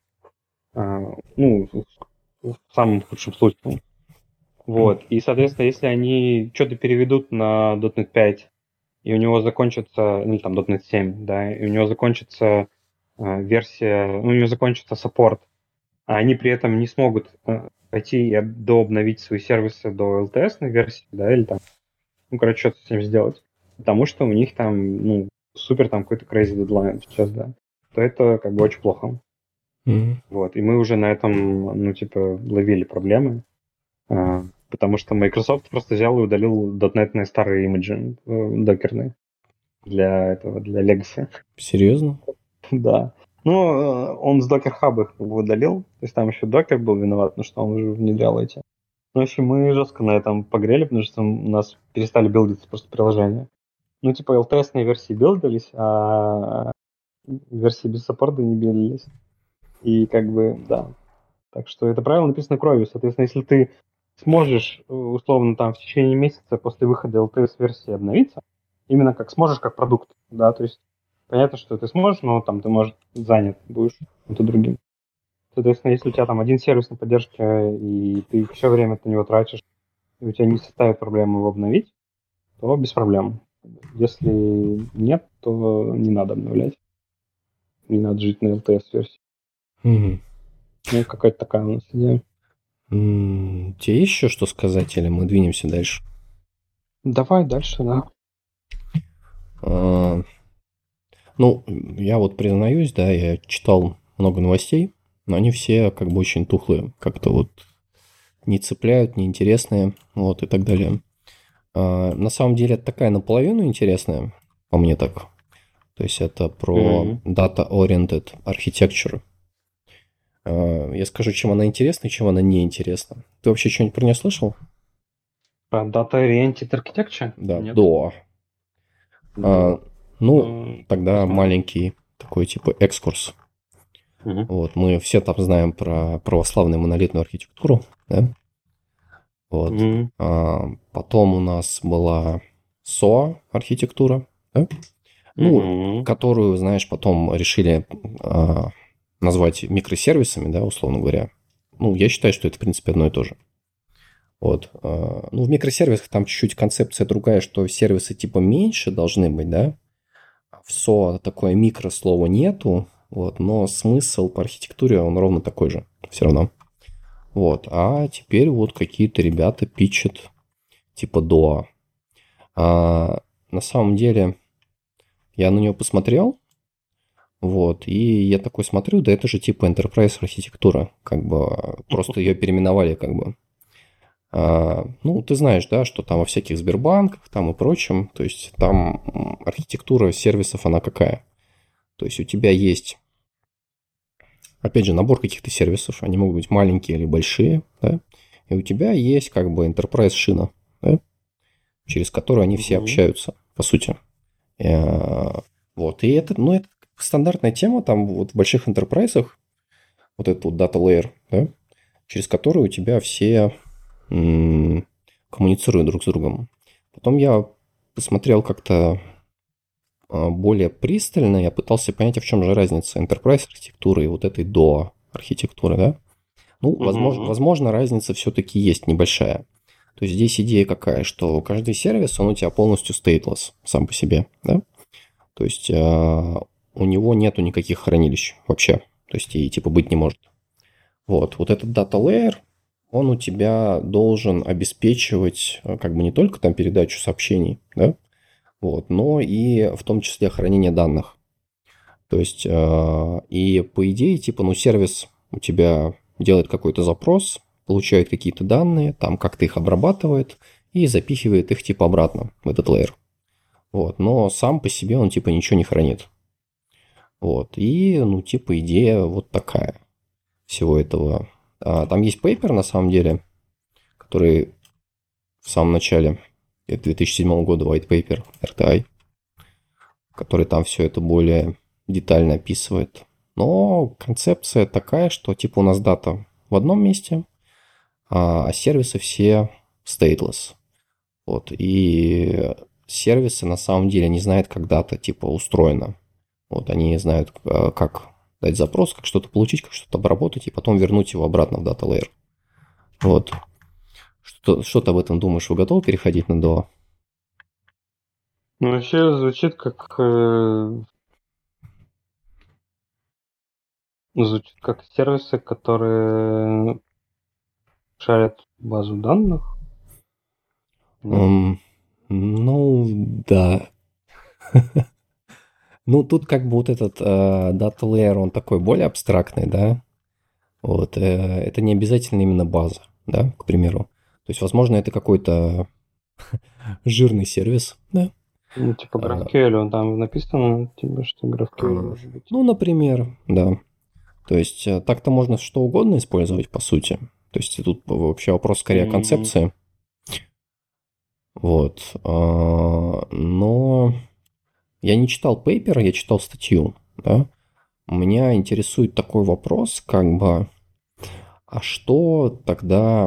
ну, в самом худшем случае. Вот, и, соответственно, если они что-то переведут на .NET 5, и у него закончится, ну, там, .NET 7, да, и у него закончится версия, ну, у него закончится саппорт, а они при этом не смогут пойти и дообновить свои сервисы до LTS версии, да, или там, ну, короче, что-то с этим сделать, потому что у них там, ну, супер там какой-то crazy дедлайн сейчас, да, то это как бы очень плохо. Вот, и мы уже на этом, ну, типа, ловили проблемы, потому что Microsoft просто взял и удалил дотнетные старые имиджи докерные для Legacy. Серьезно? Да. Ну, он с Docker Hub их как бы удалил, то есть там еще Docker был виноват, потому что он уже внедрял эти. Ну, в общем, мы жестко на этом погрели, потому что у нас перестали билдиться просто приложения. Ну, типа, LTS-ные версии билдились, а версии без саппорта не билдились. И как бы, да. Так что это правило написано кровью. Соответственно, если ты сможешь, условно, там в течение месяца после выхода LTS-версии обновиться, именно как сможешь, как продукт, да, то есть понятно, что ты сможешь, но там ты, может, занят будешь чем-то другим. Соответственно, если у тебя там один сервис на поддержке, и ты все время на него тратишь, и у тебя не составит проблемы его обновить, то без проблем. Если нет, то не надо обновлять. Не надо жить на LTS-версии. Угу. Ну, какая-то такая у нас идея. Тебе еще что сказать, или мы двинемся дальше? Давай дальше, да. Ну, я вот признаюсь, да, я читал много новостей, но они все как бы очень тухлые, как-то вот не цепляют, неинтересные, вот и так далее. На самом деле это такая наполовину интересная, по мне так. То есть это про data-oriented architecture. Я скажу, чем она интересна и чем она не интересна. Ты вообще что-нибудь про нее слышал? Про Data-Oriented Architecture? Да, Нет. до. Да. Ну, тогда Посмотрим. маленький такой типа экскурс. Вот, мы все там знаем про православную монолитную архитектуру, да? Вот. Потом у нас была SOA архитектура, да? Ну, которую, знаешь, потом решили назвать микросервисами, да, условно говоря. Ну, я считаю, что это, в принципе, одно и то же. Вот. Ну, в микросервисах там чуть-чуть концепция другая, что сервисы типа меньше должны быть, да? В SOA такое микро слова нету, вот, но смысл по архитектуре, он ровно такой же, все равно. Вот, а теперь вот какие-то ребята питчат типа DOA. На самом деле, я на него посмотрел, вот, и я такой смотрю, да это же типа Enterprise архитектура, как бы просто ее переименовали как бы. Ну, ты знаешь, да, что там во всяких Сбербанках там и прочем, то есть там архитектура сервисов, она какая? То есть у тебя есть, опять же, набор каких-то сервисов, они могут быть маленькие или большие, да, и у тебя есть как бы Enterprise шина, да, через которую они все общаются, по сути. Вот, и это, ну, это стандартная тема там вот в больших энтерпрайзах, вот этот вот data layer, да, через который у тебя все коммуницируют друг с другом. Потом я посмотрел как-то более пристально, я пытался понять, а в чем же разница enterprise архитектуры и вот этой DOA архитектуры, да? Ну, возможно, разница все-таки есть небольшая. То есть здесь идея какая, что каждый сервис, он у тебя полностью stateless сам по себе, да? То есть у него нету никаких хранилищ вообще. То То есть и типа быть не может. Вот этот data layer, он у тебя должен обеспечивать как бы не только там передачу сообщений, да, вот, но и в том числе хранение данных. То есть, и по идее, типа, ну, сервис у тебя делает какой-то запрос, получает какие-то данные, там как-то их обрабатывает и запихивает их, типа, обратно в этот layer. Вот, но сам по себе он, типа, ничего не хранит. Вот, и, ну, типа, идея вот такая всего этого. Там есть пейпер, на самом деле, который в самом начале 2007 года, white paper, RTI, который там все это более детально описывает. Но концепция такая, что типа у нас дата в одном месте, а сервисы все stateless. Вот. И сервисы на самом деле не знают, как дата типа устроена. Вот. Они знают, как дать запрос, как что-то получить, как что-то обработать, и потом вернуть его обратно в дата layer. Вот. Что ты об этом думаешь? Вы готовы переходить на DO? Ну, вообще звучит как сервисы, которые шарят базу данных. Ну, да. Ну, тут как бы вот этот data layer, он такой более абстрактный, да. Вот, это не обязательно именно база, да, к примеру. То есть, возможно, это какой-то жирный сервис, да. Ну, типа GraphQL, он там написано, типа, что GraphQL может быть. Ну, например, да. То есть, так-то можно что угодно использовать, по сути. То есть, тут вообще вопрос скорее о концепции. Вот. Но я не читал пейпер, я читал статью, да. Меня интересует такой вопрос, как бы, а что тогда...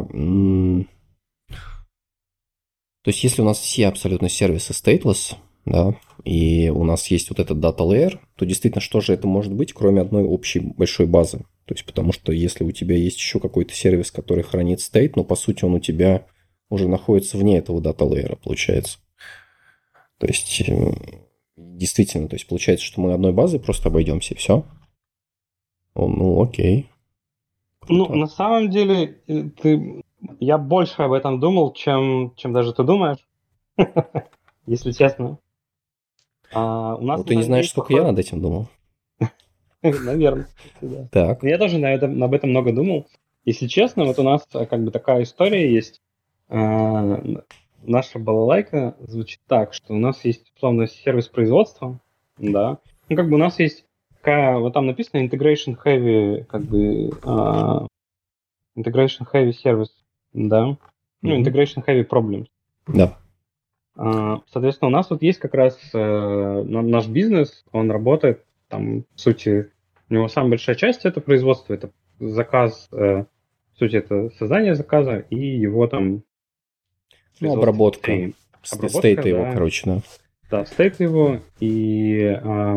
То есть, если у нас все абсолютно сервисы stateless, да, и у нас есть вот этот data layer, то действительно, что же это может быть, кроме одной общей большой базы? То есть, потому что если у тебя есть еще какой-то сервис, который хранит state, но по сути он у тебя уже находится вне этого data layer, получается. То есть, действительно, то есть получается, что мы одной базой просто обойдемся, и все. Ну, окей. Ну, на самом деле, я больше об этом думал, чем даже ты думаешь, если честно. У нас Ты не знаешь, сколько я над этим думал. Наверное, да. Так. Я тоже об этом много думал. Если честно, вот у нас как бы такая история есть. Наша балалайка звучит так, что у нас есть, условно, сервис производства, да. Ну, как бы у нас есть такая, вот там написано integration heavy, как бы, integration heavy service, да. Ну, integration heavy problems. Да. Соответственно, у нас вот есть как раз наш бизнес, он работает, там, в сути, у него самая большая часть это производство, это заказ, в сути, это создание заказа и его там... Ну, обработка. Стейта его, да. короче, да. Да, стейт его и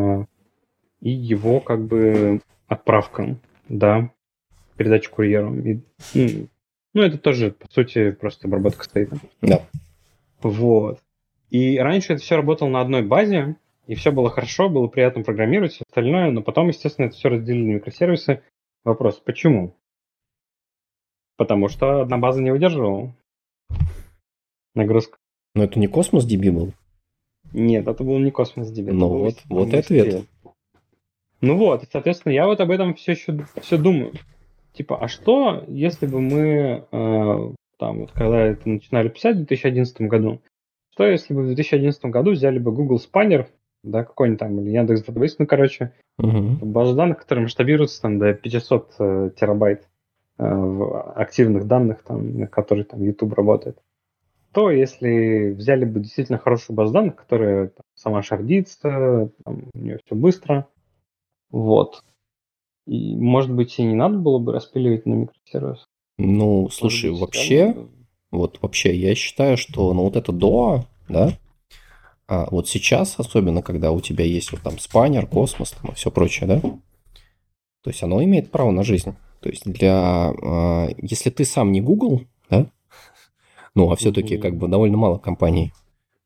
его как бы отправка, да, передача курьеру. Ну, это тоже, по сути, просто обработка стейта. Да. Вот. И раньше это все работало на одной базе, и все было хорошо, было приятно программировать, все остальное, но потом, естественно, это все разделили на микросервисы. Вопрос, почему? Потому что одна база не выдерживала нагрузка. Но это не Cosmos DB был? Нет, это был не Cosmos DB. Ну вот и ответ. Ну вот, соответственно, я вот об этом все думаю. Типа, а что, если бы мы там, вот когда это начинали писать в 2011 году, что если бы в 2011 году взяли бы Google Spanner, да, какой-нибудь там, или Яндекс Database, ну, короче, базу данных, которая масштабируется там до 500 терабайт в активных данных, там, на которых там YouTube работает, то если взяли бы действительно хорошую базу данных, которая там, сама шардится, там, у нее все быстро, вот, и, может быть, и не надо было бы распиливать на микросервис. Ну, слушай, вообще я считаю, что вот это DOA, да, вот сейчас, особенно, когда у тебя есть вот там спанер, космос там, и все прочее, да, то есть оно имеет право на жизнь. То есть если ты сам не Google, да, ну, а все-таки как бы довольно мало компаний,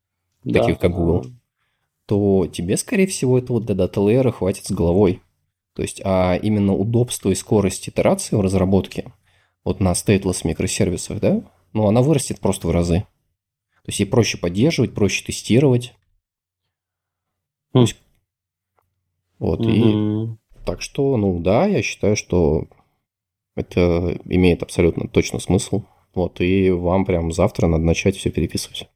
таких как Google, то тебе, скорее всего, этого для дата-лейера хватит с головой. То есть, а именно удобство и скорость итерации в разработке вот на stateless микросервисах, да, ну, она вырастет просто в разы. То есть, ей проще поддерживать, проще тестировать. То Хм. есть, вот, и Мгм. так что, ну, да, я считаю, что это имеет абсолютно точно смысл. Вот, и вам прям завтра надо начать все переписывать.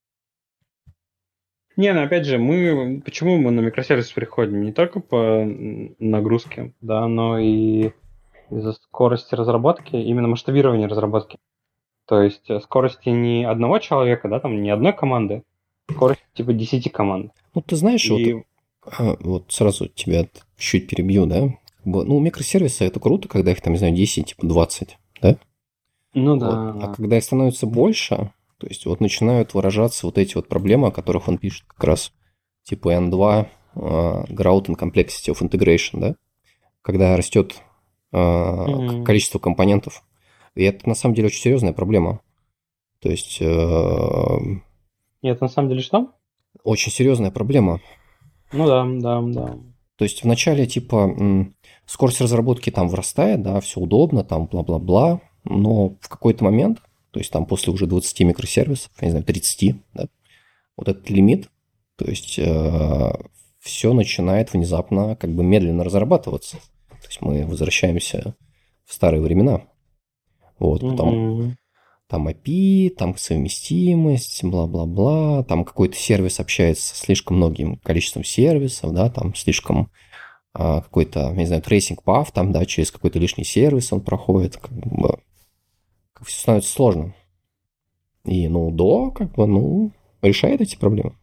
Не, ну опять же, почему мы на микросервис приходим? Не только по нагрузке, да, но и из-за скорости разработки, именно масштабирования разработки. То есть скорости не одного человека, да, там не одной команды, скорость типа 10 команд. Ну, ты знаешь, И вот сразу тебя чуть перебью, да? Ну, микросервисы это круто, когда их там, не знаю, 10, типа 20, да? ну Вот. да, А да. когда их становится больше, то есть вот начинают выражаться вот эти вот проблемы, о которых он пишет как раз, типа N2, Growth and Complexity of Integration, да? Когда растет Мгм. количество компонентов. И это на самом деле очень серьезная проблема. То есть Нет, на самом деле что? очень серьезная проблема. Ну да, да, да. То есть вначале типа скорость разработки там вырастает, да, все удобно, там бла-бла-бла, но в какой-то момент, то есть там после уже 20 микросервисов, я не знаю, 30, да, вот этот лимит, то есть все начинает внезапно как бы медленно разрабатываться. То есть мы возвращаемся в старые времена. Вот, потом Мгм. там API, там совместимость, бла-бла-бла, там какой-то сервис общается с слишком многим количеством сервисов, да, там слишком какой-то, не знаю, трейсинг path, там, да, через какой-то лишний сервис он проходит, как бы, все становится сложно. И, ну, до, как бы, ну, решает эти проблемы.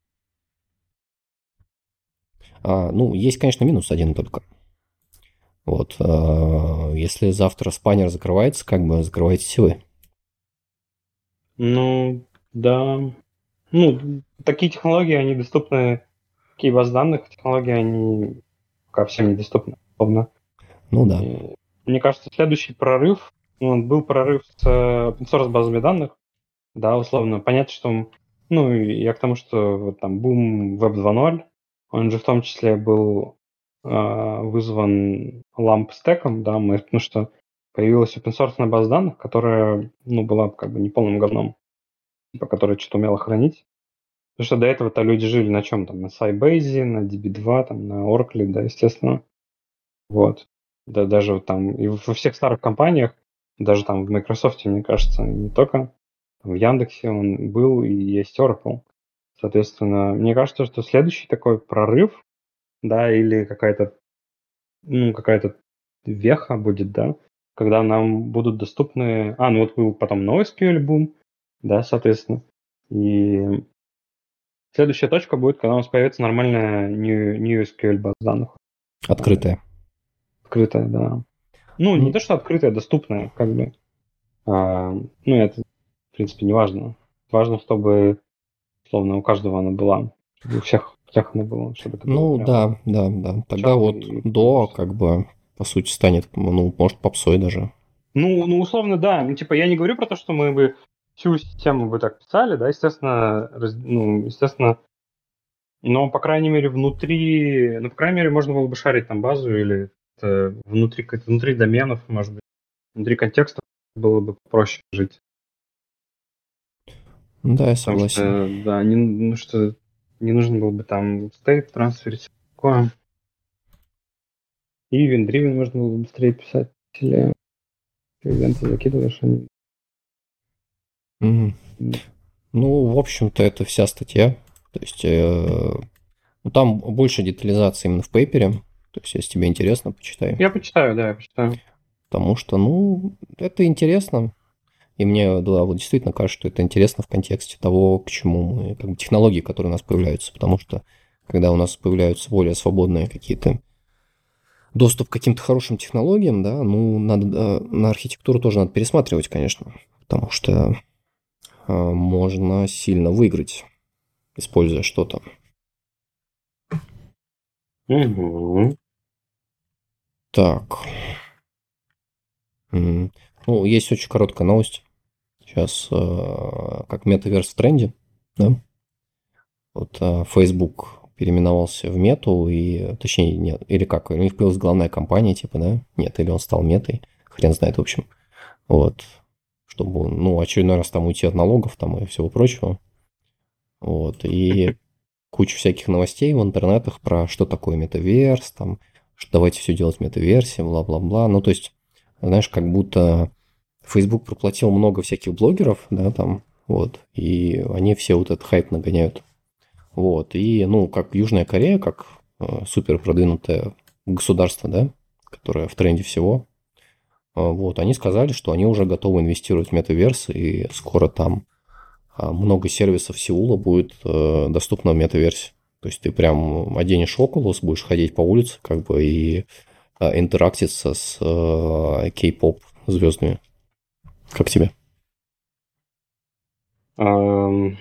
Ну, есть, конечно, минус один только. Вот, если завтра спаннер закрывается, как бы закрываетесь вы. Ну, да. Ну, такие технологии, они доступны, такие баз данных, технологии, они пока всем недоступны. Условно. Ну да. И мне кажется, следующий прорыв, ну, он был прорыв с open source базами данных, да, условно. Понятно, что, ну, я к тому, что вот там бум Web 2.0, он же в том числе был вызван LAMP стеком, да, потому что появилась open source база данных, которая, ну, была как бы не полным говном, типа, которая что-то умела хранить. Потому что до этого-то люди жили на чем там? На Sybase, на DB2, там, на Oracle, да, естественно. Вот. Да, даже вот там и во всех старых компаниях, даже там в Microsoft, мне кажется, не только в Яндексе он был и есть Oracle. Соответственно, мне кажется, что следующий такой прорыв, да, или какая-то, ну, какая-то веха будет, да, когда нам будут доступны... ну вот был потом NoSQL бум, да, соответственно. И следующая точка будет, когда у нас появится нормальная New SQL база данных. Открытая. Открытая, да. Ну, не Ну, то, что открытая, доступная, как бы. Ну, это, в принципе, не важно. Важно, чтобы, словно, у каждого она была. Чтобы у всех она была, чтобы это было ну прям да, да, да. Тогда начало вот и до, конец. как бы, по сути, станет, ну, может, попсой даже. Ну, условно, да. Ну, типа, я не говорю про то, что мы бы всю систему бы так писали, да, естественно, ну, естественно, но, по крайней мере, внутри, ну, по крайней мере, можно было бы шарить там базу или внутри доменов, может быть, внутри контекста было бы проще жить. Да, я Потому согласен. что, да, ну, что не нужно было бы там стейт трансферить, всё такое. И event-driven можно было бы быстрее писать. Или ивенты закидываешь, они... Мгм. Ну, в общем-то, это вся статья. То есть, ну, там больше детализации именно в пейпере. То есть, если тебе интересно, почитай. Я почитаю, да, я почитаю. Потому что, ну, это интересно. И мне, да, вот действительно кажется, что это интересно в контексте того, к чему мы, как бы, технологии, которые у нас появляются. Потому что, когда у нас появляются более свободные какие-то доступ к каким-то хорошим технологиям, да, ну, надо, на архитектуру тоже надо пересматривать, конечно. Потому что можно сильно выиграть, используя что-то. Угу. Так. Ну, есть очень короткая новость. Сейчас как метаверс в тренде, да? Вот Facebook переименовался в Мету, и, точнее, нет, или как, у них появилась главная компания, типа, да? Нет, или он стал Метой, хрен знает, в общем. Вот. Чтобы, ну, очередной раз там уйти от налогов там и всего прочего. Вот. И куча всяких новостей в интернетах про что такое метаверс, там, что давайте все делать в метаверсе, бла-бла-бла. Ну, то есть, знаешь, как будто Facebook проплатил много всяких блогеров, да, там, вот, и они все вот этот хайп нагоняют. Вот, и, ну, как Южная Корея, как супер продвинутое государство, да, которое в тренде всего, вот, они сказали, что они уже готовы инвестировать в метаверс, и скоро там много сервисов Сеула будет доступно в метаверсе. То есть ты прям оденешь Oculus, будешь ходить по улице, как бы, и интерактиться с кей-поп звездами. Как тебе? Ам,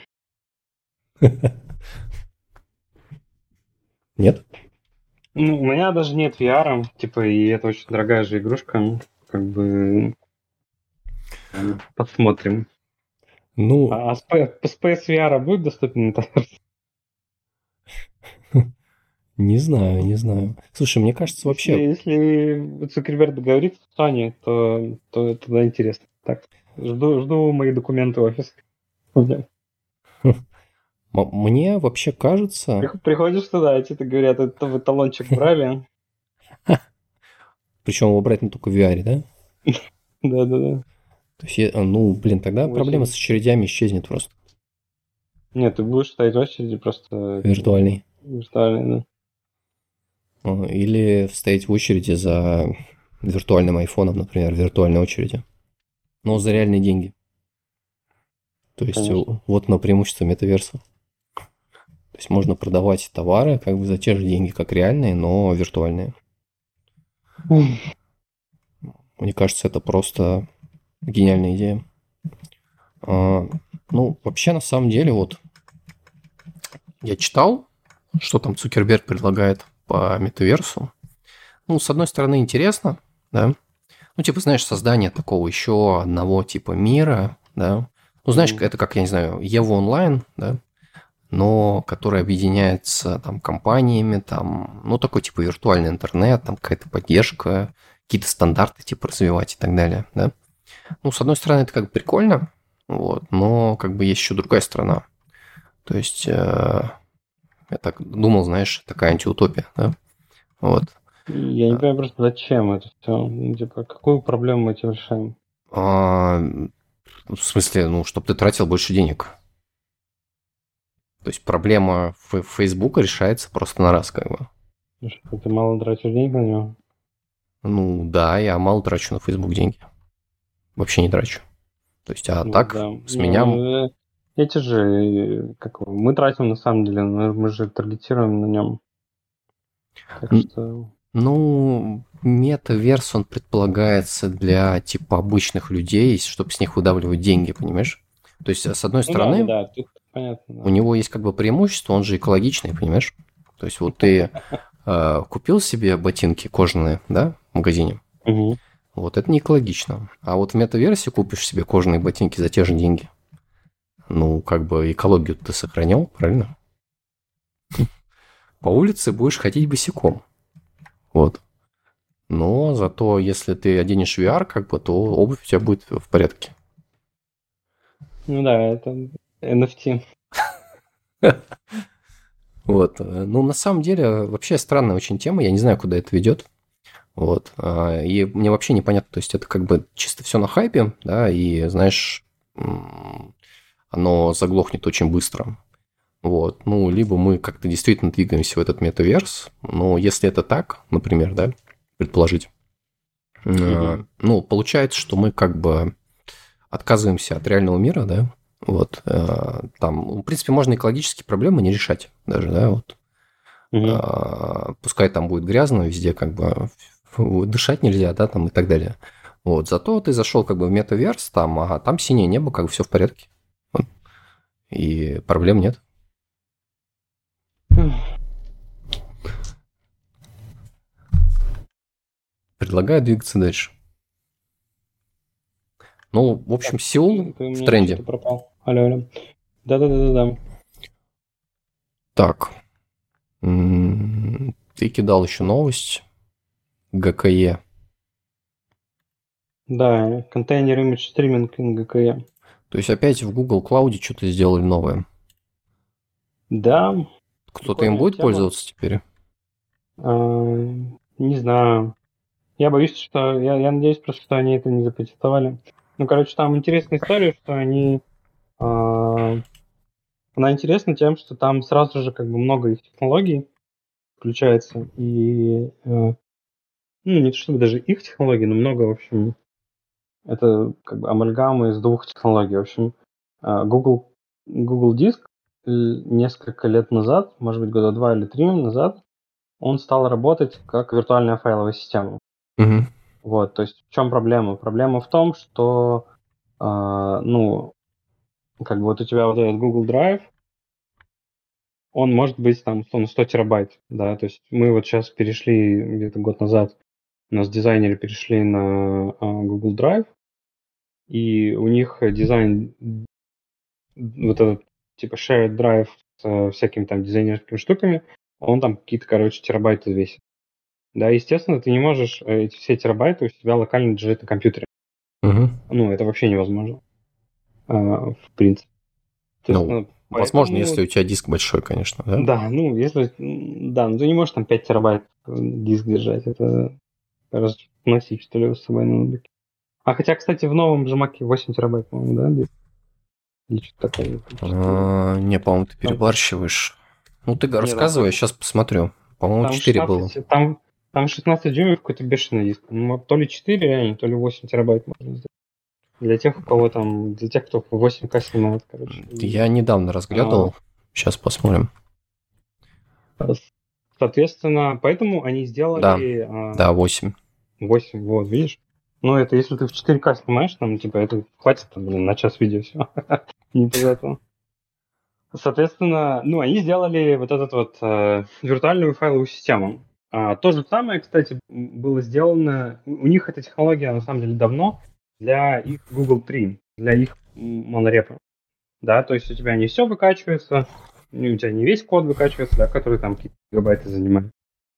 Нет? Ну, у меня даже нет VR, типа, и это очень дорогая же игрушка. Как бы посмотрим. Ну, А Space VR будет доступен? не знаю, не знаю. Слушай, мне кажется, вообще, Если Цукерберг договорится с Sony, то тогда интересно. Так, жду мои документы в офис. мне вообще кажется, Приходишь туда, и тебе говорят, это вы талончик брали. причем его брать не только в VR, да? Да-да-да. То есть, ну, блин, тогда В проблема с очередь. очередями исчезнет просто. Нет, ты будешь стоять в очереди просто Виртуальный. виртуально, Или стоять в очереди за виртуальным айфоном, например, в виртуальной очереди. Но за реальные деньги. То да, есть, конечно. вот на преимущество метаверса. То есть, можно продавать товары как бы за те же деньги, как реальные, но виртуальные. Мне кажется, это просто гениальная идея. Ну, вообще, на самом деле, вот я читал, что там Цукерберг предлагает по метаверсу. Ну, с одной стороны, интересно, да. Ну, типа, знаешь, создание такого еще одного типа мира, да. Ну, знаешь, это как, я не знаю, Ева онлайн, да, но который объединяется там компаниями, там, ну, такой типа виртуальный интернет, там какая-то поддержка, какие-то стандарты типа развивать и так далее, да. Ну, с одной стороны, это как бы прикольно, вот, но как бы есть еще другая сторона. То есть, я так думал, знаешь, такая антиутопия, да, вот. Я не понимаю просто, зачем это все. Типа, какую проблему мы этим решаем? В смысле, ну, чтобы ты тратил больше денег. То есть проблема Фейсбука решается просто на раз, как бы. Что ты мало тратишь денег на него? Ну, да, я мало трачу на Facebook деньги. Вообще не трачу. То есть, а Ну, так, да. с меня... Эти же, как его, мы тратим на самом деле, мы же таргетируем на нем. Так что... Ну, метаверс, он предполагается для, типа, обычных людей, чтобы с них выдавливать деньги, понимаешь? То есть, с одной Ну да, да, стороны, да, тут понятно, у да. него есть как бы преимущество, он же экологичный, понимаешь? То есть, вот ты купил себе ботинки кожаные, да, в магазине, Мгм. вот это не экологично. А вот в метаверсии купишь себе кожаные ботинки за те же деньги. Ну, как бы экологию ты сохранял, правильно? По улице будешь ходить босиком. Вот. Но зато если ты оденешь VR, как бы, то обувь у тебя будет в порядке. Ну да, это NFT. Вот. Ну, на самом деле, вообще странная очень тема. Я не знаю, куда это ведет. Вот. И мне вообще непонятно. То есть, это как бы чисто все на хайпе, да, и, знаешь, оно заглохнет очень быстро. Вот. Ну, либо мы как-то действительно двигаемся в этот метаверс. Но если это так, например, да, предположить, Мгм. ну, получается, что мы как бы отказываемся от реального мира, да, вот, там, в принципе, можно экологические проблемы не решать даже, да, вот, Мгм. пускай там будет грязно везде, как бы, дышать нельзя, да, там и так далее. Вот, зато ты зашел как бы в метаверс, там, ага, там синее небо, как бы все в порядке. Вот. И проблем нет. Предлагаю двигаться дальше. Ну, в общем, Так, Сеул ты у в меня тренде. что-то пропал. Алло, алло. Да-да-да-да-да. Так, Ты кидал еще новость ГКЕ. Да, контейнер Image Streaming GKE. То есть опять в Google Cloud что-то сделали новое. Да, Кто-то им прикольная будет тема. пользоваться теперь? Не знаю. Я боюсь, что... Я надеюсь просто, что они это не запатентовали. Ну, короче, там интересная история, что они... а, Она интересна тем, что там сразу же как бы много их технологий включается. И... Ну, не то чтобы даже их технологий, но много, в общем... Это как бы амальгама из двух технологий. В общем, Google Диск несколько лет назад, может быть, года 2 или 3 назад, он стал работать как виртуальная файловая система. Угу. Вот, то есть в чем проблема? Проблема в том, что, ну, как бы вот у тебя вот этот Google Drive, он может быть там, условно, 100 терабайт, да, то есть мы вот сейчас перешли где-то год назад, у нас дизайнеры перешли на Google Drive, и у них дизайн, вот этот типа shared drive с всякими там дизайнерскими штуками, он там какие-то, короче, терабайты весит. Да, естественно, ты не можешь эти все терабайты у себя локально держать на компьютере. Угу. Ну, это вообще невозможно, в принципе. Ну, Естественно, возможно, поэтому, если у тебя диск большой, конечно, да? да, ну, если, да, ну, ты не можешь там 5 терабайт диск держать, это носить, что ли, с собой на ноутбуке. А хотя, кстати, в новом же Mac 8 терабайт, по-моему, да, диск? Или что-то такое. Не, по-моему, ты Там, перебарщиваешь. Ну, ты не, там рассказывай, я сейчас посмотрю. По-моему, Там 4 было. 16, там 16 дюймов какой-то бешеный диск. Ну, то ли 4 реально, то ли 8 терабайт можно сделать. Для тех, у кого там, для тех, кто 8К снимает, короче. Я недавно разглядывал. Сейчас посмотрим. Соответственно, поэтому они Да, сделали да, 8. 8, вот, видишь? Ну, это если ты в 4К снимаешь, там, типа, это хватит, там, блин, на час видео все. Не без этого. Соответственно, ну, они сделали вот этот вот виртуальную файловую систему. То же самое, кстати, было сделано, у них эта технология, на самом деле, давно, для их Google Tree, для их монорепа. Да, то есть у тебя не все выкачивается, у тебя не весь код выкачивается, да, который там какие-то гигабайты занимает,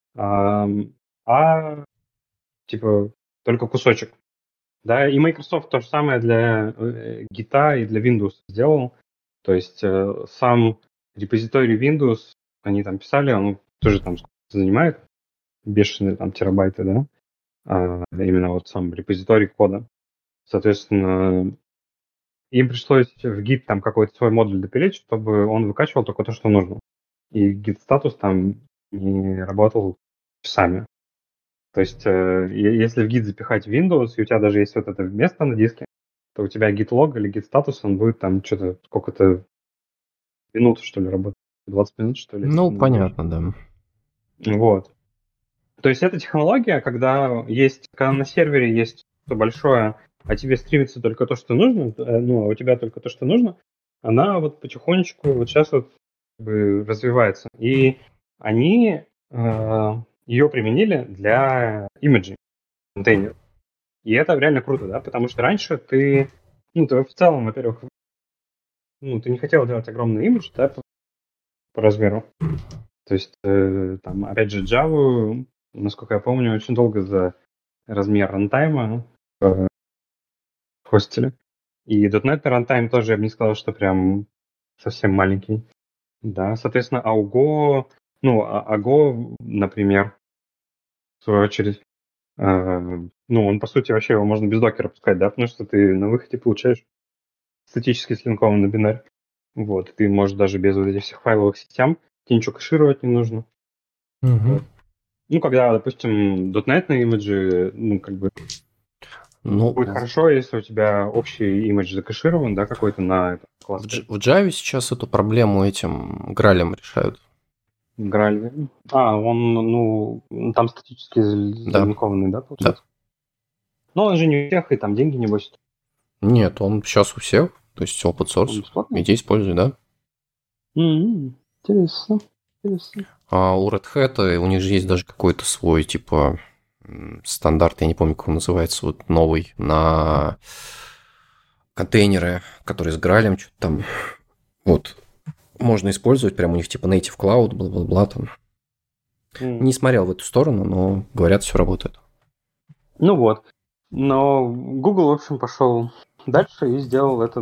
а типа только кусочек. Да, и Microsoft то же самое для Git и для Windows сделал. То есть сам репозиторий Windows, они там писали, он тоже там занимает бешеные там терабайты, да, именно вот сам репозиторий кода. Соответственно, им пришлось в Git там какой-то свой модуль допилить, чтобы он выкачивал только то, что нужно. И Git статус там не работал часами. То есть, если в Git запихать Windows, и у тебя даже есть вот это место на диске, то у тебя Git log или Git статус, он будет там что-то, сколько-то минут, что ли, работать. 20 минут, что ли, если Ну, ты наберешь. понятно, да. Вот. То есть, эта технология, когда на сервере есть что-то большое, а тебе стримится только то, что нужно, ну, а у тебя только то, что нужно, она вот потихонечку вот сейчас вот как бы развивается. И они ее применили для имиджей контейнеров. И это реально круто, да, потому что раньше ты в целом, во-первых, ты не хотел делать огромный имидж, да, по размеру. То есть, там, опять же, Java, насколько я помню, очень долго за размер рантайма хостили. И .NET рантайм тоже, я бы не сказал, что прям совсем маленький. Да, соответственно, а у Go, Go, например, в свою очередь, он, по сути, вообще его можно без докера пускать, да, потому что ты на выходе получаешь статически слинкованный бинарь. Вот, ты можешь даже без вот этих всех файловых систем, тебе ничего кэшировать не нужно. Угу. Вот. Ну, когда, допустим, .NET имиджи, как бы, будет хорошо, если у тебя общий имидж закэширован, да, какой-то на этот класс. В Java сейчас эту проблему этим гралем решают. Граль. Он, там статически залинкованный, да, получается? Да. Но он же не у всех, и там деньги не небось. Нет, он сейчас у всех, то есть open source. Иди используй, да? Интересно. А у Red Hat, у них же есть даже какой-то свой, типа, стандарт, я не помню, как он называется, вот новый, на контейнеры, которые с Гралем, что-то там, вот, можно использовать, прям у них типа native cloud, бла-бла-бла там. Не смотрел в эту сторону, но говорят, все работает. Ну вот. Но Google, в общем, пошел дальше и сделал это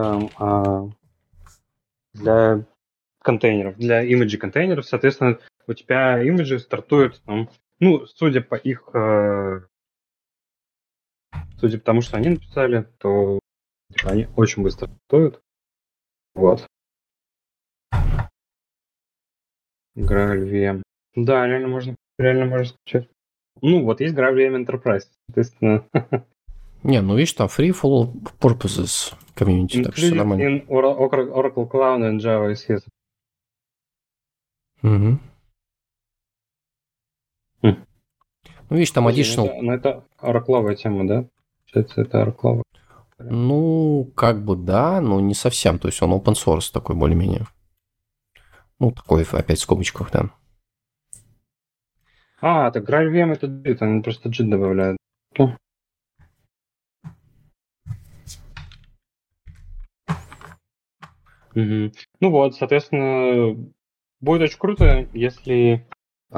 для контейнеров, для имиджи контейнеров. Соответственно, у тебя имиджи стартуют там, ну, судя по тому, что они написали, то типа, они очень быстро стартуют. Вот. Graal VM. Да, реально можно скачать. Ну, вот есть Graal VM Enterprise, соответственно. Не, ну видишь, там free for all purposes community, так что все Included нормально. in Oracle Cloud and Java SE. Угу. Ну, видишь, там additional... Это оракловая тема, да? Получается, это оракловая. Ну, как бы да, но не совсем. То есть он open source такой более-менее. Ну, такой опять в скобочках, да. Так Graal VM это JIT, они просто JIT добавляют. Угу. Ну вот, соответственно, будет очень круто, если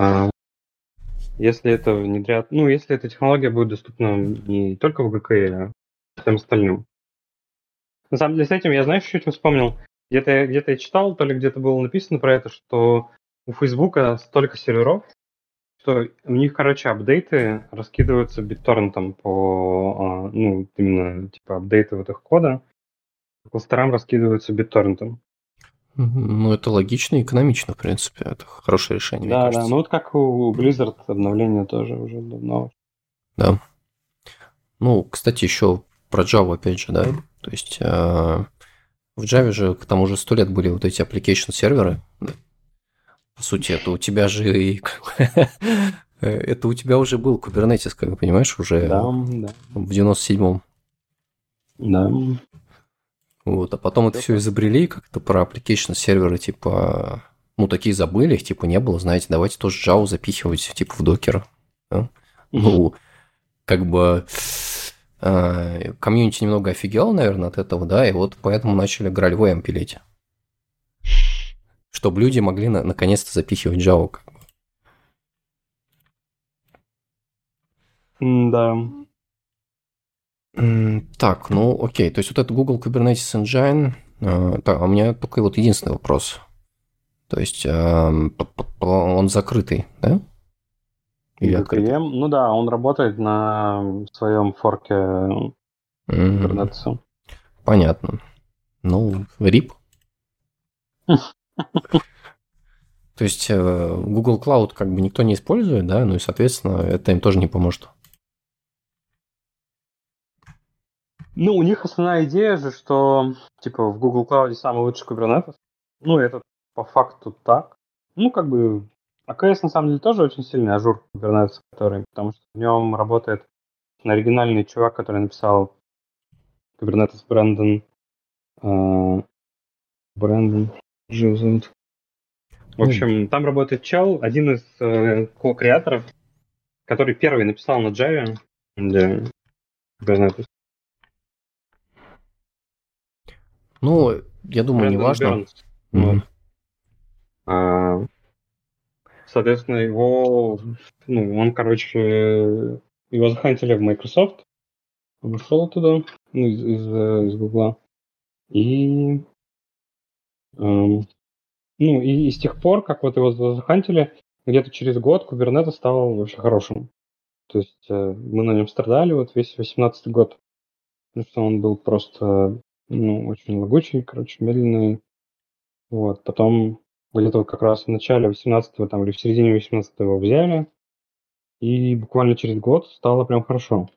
это внедрят, ну, если эта технология будет доступна не только в ГКE, а всем остальным. На самом деле, с этим я, знаешь, что вспомнил? Где-то я читал, то ли где-то было написано про это, что у Фейсбука столько серверов, что у них, короче, апдейты раскидываются битторрентом по, ну, именно, типа, апдейты вот их кода по кластерам раскидываются битторрентом. Ну, это логично и экономично, в принципе. Это хорошее решение, мне Да, кажется. ну вот как у Blizzard обновление тоже уже давно. Да. Ну, кстати, еще про Java, опять же, да. То есть в Java же к тому же 100 лет были вот эти application серверы. По сути, это у тебя же и... это у тебя уже был Kubernetes, как бы, понимаешь, уже Да. в 97-м. Да. Вот, а потом это все изобрели, как-то про application серверы, типа, ну, такие забыли, их, типа, не было, знаете, давайте тоже Java запихивать, типа, в докер. Да? Ну, как бы комьюнити немного офигело, наверное, от этого, да, и вот поэтому начали Graal VM пилить. Чтобы люди могли наконец-то запихивать Java. Как бы. Да. Так, ну окей, то есть вот это Google Kubernetes Engine, так, а у меня только вот единственный вопрос. То есть он закрытый, да? Или открытый? Ну да, он работает на своем форке Kubernetes. Понятно. Ну, RIP. То есть Google Cloud как бы никто не использует, да, ну и, соответственно, это им тоже не поможет. Ну, у них основная идея же, что типа в Google Cloud самый лучший Kubernetes. Ну, это по факту так. Ну, как бы AKS на самом деле тоже очень сильный ажур Kubernetes, потому что в нем работает оригинальный чувак, который написал Kubernetes Брэндон, жив зовут. В общем, там работает чел, один из ко-креаторов, который первый написал на Java для Kubernetes. Ну, я думаю, Брэндон неважно. Бернс. Вот. Соответственно, он, короче, его захантили в Microsoft, он ушел туда, ну, из Гугла. И, ну, и с тех пор, как вот его захантили, где-то через год Kubernetes стал вообще хорошим. То есть мы на нем страдали вот весь 18-й год, потому что он был просто, ну, очень лагучий, короче, медленный. Вот, потом где-то как раз в начале 18-го там, или в середине 18-го его взяли, и буквально через год стало прям хорошо.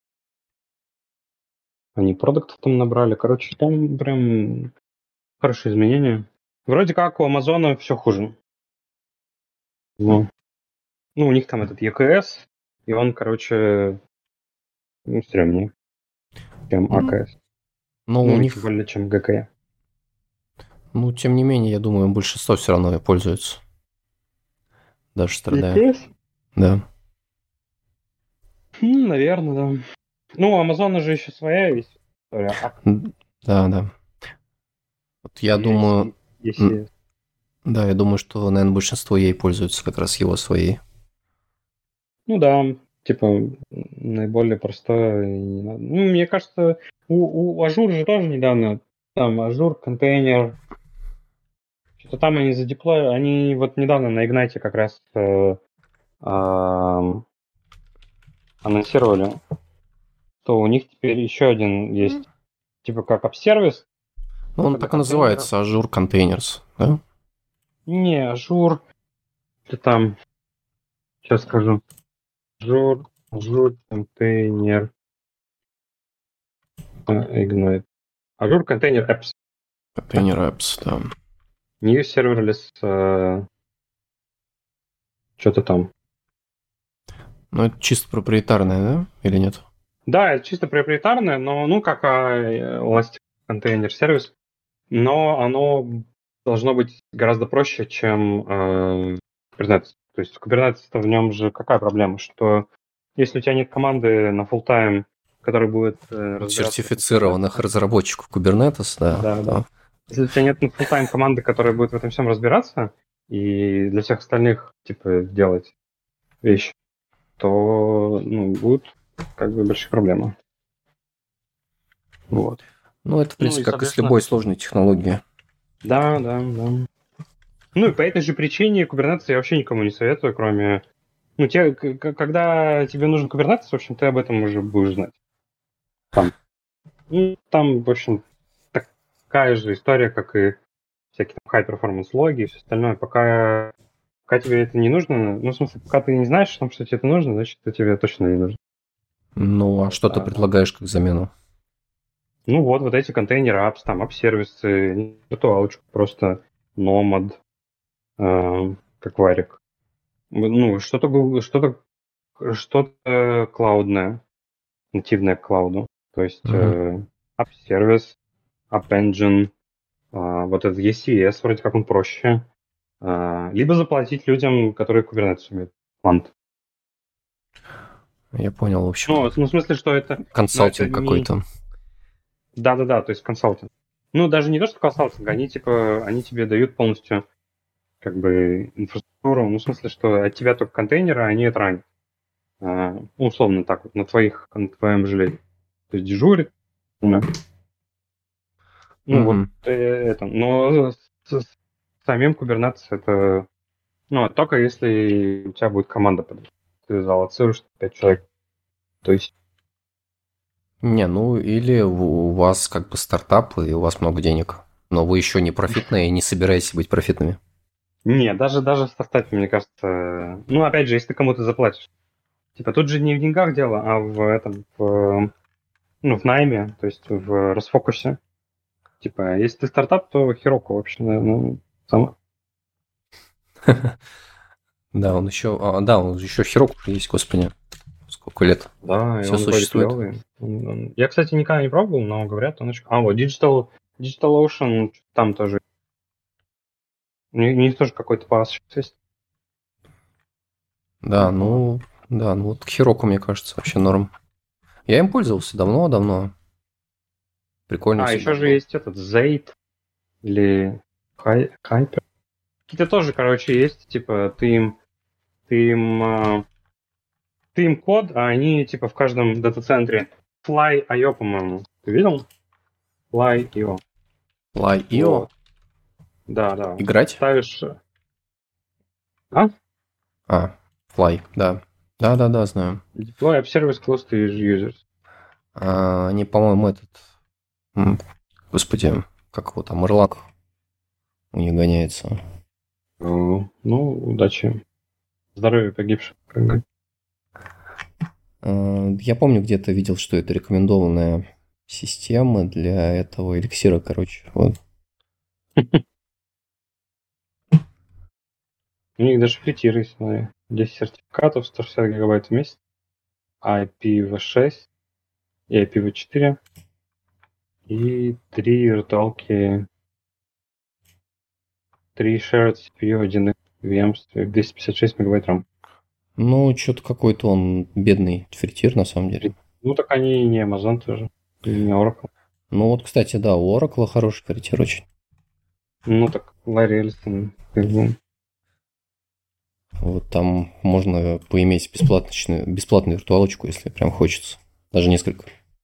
Они продуктов там набрали. Короче, там прям хорошие изменения. Вроде как у Амазона все хуже. Ну, у них там этот EKS, и он, короче, стрёмнее, чем AKS. Ну, у них... Тем более, чем GKE. Ну, тем не менее, я думаю, большинство все равно пользуются. Даже страдая. EKS? Да. Наверное, да. Ну, у Амазона же еще своя есть история. Да. Вот я думаю... Если... Да, я думаю, что, наверное, большинство ей пользуются как раз его своей. Ну да, типа наиболее простое. Ну, мне кажется, у Ажур же тоже недавно, там Ажур контейнер, что-то там они задеплоили, они вот недавно на Ignite как раз анонсировали, что у них теперь еще один есть, типа как апсервис, Ну, он только для так и контейнеров. называется, Azure Containers, да? Не, Ажур, что там, сейчас скажу, Ажур контейнер Ignite. Ажур контейнер Apps. Container Apps, да. New Serverless, что-то там. Ну, это чисто проприетарное, да? Или нет? Да, это чисто проприетарное, но, ну, как Elastic Container Service, но оно должно быть гораздо проще, чем Kubernetes. То есть Kubernetes в нем же какая проблема, что если у тебя нет команды на full time, которая будет разбираться в этом Сертифицированных Kubernetes, разработчиков Kubernetes, да. да, Да. да. Если у тебя нет full time команды, которая будет в этом всем разбираться и для всех остальных типа делать вещи, то ну, будут как бы большие проблемы. Вот. Ну, это, в Ну и, принципе, как и с соответственно, любой сложной технологией. да, да, да. Ну и по этой же причине Kubernetes я вообще никому не советую, кроме... Ну, когда тебе нужен Kubernetes, в общем, ты об этом уже будешь знать. Там. Ну, там, в общем, такая же история, как и всякие там high-performance логи и все остальное. Пока тебе это не нужно, ну, в смысле, пока ты не знаешь, что тебе это нужно, значит, это тебе точно не нужно. Ну, а что ты предлагаешь как замену? Ну вот эти контейнеры, apps, там, апп-сервисы, виртуалочку, просто Nomad, как варик. Ну, что-то Google, что-то клаудное, нативное к клауду. То есть app-сервис, app-engine, вот этот ECS, вроде как он проще. Либо заплатить людям, которые Kubernetes умеют. Quant. Я понял, в общем. Ну, в смысле, что это... Ну, это Консалтинг не... какой-то. Да-да-да, то есть консалтинг. Ну, даже не то, что консалтинг, они тебе дают полностью как бы инфраструктуру, ну, в смысле, что от тебя только контейнеры, они это ранят. Ну, условно так вот, на твоем железе. То есть дежурит. Да. Ну, вот это. Но с самим Kubernetes это... Ну, только если у тебя будет команда под. Ты залоцируешь 5 человек. То есть... Не, ну или у вас как бы стартап, и у вас много денег, но вы еще не профитные и не собираетесь быть профитными. Не, даже в стартапе, мне кажется... Ну, опять же, если ты кому-то заплатишь. Типа, тут же не в деньгах дело, а в этом, в найме, то есть в расфокусе. Типа, если ты стартап, то хероко вообще, наверное, сам. Да, он еще, он еще Хирок есть, господи, сколько лет. Да, и Все он вроде существует. клевый. Я, кстати, никогда не пробовал, но говорят, он очень... вот DigitalOcean там тоже. У них тоже какой-то пас сейчас есть. Да, ну вот к Хироку, мне кажется, вообще норм. Я им пользовался давно-давно. Прикольно всегда еще же было. есть этот Zate или Hyper. Какие-то тоже, короче, есть, типа, ты им, ты им код, а они, типа, в каждом дата-центре. Fly.io, по-моему. Ты видел? Fly.io. Lie.io? Вот. Да. Играть? Ставишь... А? Fly, да. Да, знаю. Deploy App Service close to users. Они, по-моему, господи, как его там, Ирлак у них гоняется. Ну, удачи. Здоровья погибшим. Я помню, где-то видел, что это рекомендованная система для этого эликсира, короче. Вот. У них даже флетиры есть, смотри. 10 сертификатов, 160 гигабайт в месяц, IPv6 и IPv4 и 3 виртуалки, 3 shared CPU, 1 VM, 256 мегабайт RAM. Ну, что-то какой-то он бедный фритир, на самом деле. Ну, так они и не Amazon тоже, и не Oracle. Ну, вот, кстати, да, у Oracle хороший фритир очень. Ну, так Ларри Эллисон. Вот там можно поиметь бесплатную виртуалочку, если прям хочется. Даже несколько.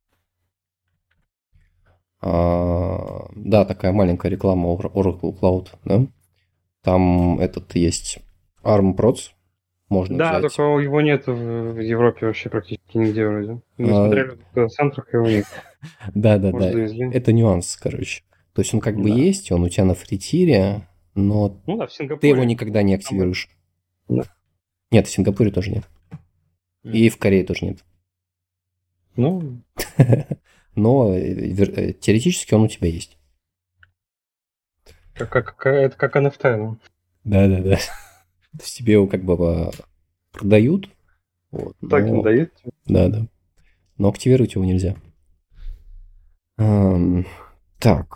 Да, такая маленькая реклама Oracle Cloud, да. Там этот есть ARM Proц, можно Да, взять. только его нет в Европе вообще практически нигде вроде. Мы А, смотрели в центрах, его нет. Может, Да-да-да, завезли. это нюанс, короче. То есть он как бы Да. есть, он у тебя на фритире, но Ну да, в ты его Сингапуре. никогда не Там это. активируешь. Да. Нет, в Сингапуре тоже нет. И в Корее тоже нет. Ну, Но теоретически он у тебя есть. это как NFT, ну. Да-да-да. То есть тебе его как бы продают, вот, Токен но... дают. Да-да. Но активировать его нельзя. Так.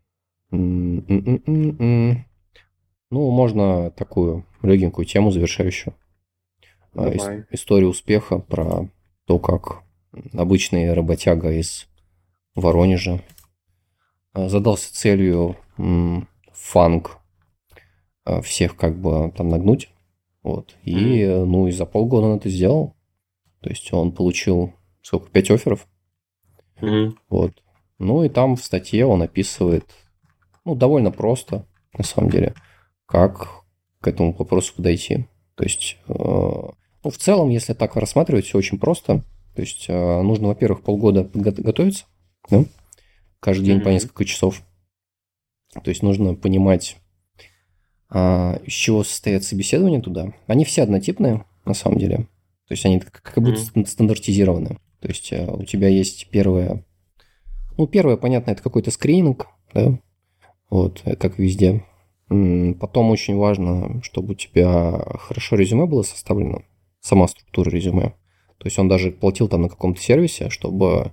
Ну, можно такую легенькую тему завершающую. Давай. Историю успеха про то, как обычный работяга из Воронежа задался целью фанк всех как бы там нагнуть. Вот. И, ну, и за полгода он это сделал. То есть он получил, сколько, 5 офферов. Вот. Ну, и там в статье он описывает, ну, довольно просто, на самом деле, как к этому вопросу подойти. То есть, ну, в целом, если так рассматривать, все очень просто. То есть, нужно, во-первых, полгода готовиться, да? Каждый день по несколько часов. То есть, нужно понимать, из чего состоят собеседования туда. Они все однотипные, на самом деле. То есть, они как будто стандартизированы. То есть, у тебя есть первое... Ну, первое, понятно, это какой-то скрининг, да? Вот, как везде. Потом очень важно, чтобы у тебя хорошо резюме было составлено, сама структура резюме. То есть он даже платил там на каком-то сервисе, чтобы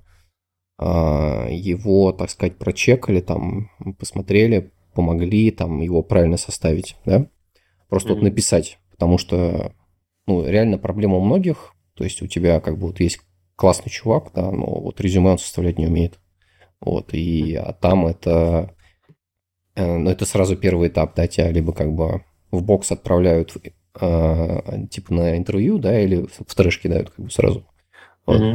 его, так сказать, прочекали, там, посмотрели, помогли там его правильно составить, да? Просто вот написать, потому что, ну, реально проблема у многих, то есть у тебя как бы вот есть классный чувак, да, но вот резюме он составлять не умеет. Вот, а там это... Ну, это сразу первый этап, да, тебя либо как бы в бокс отправляют типа на интервью, да, или в трэш кидают как бы сразу. Вот.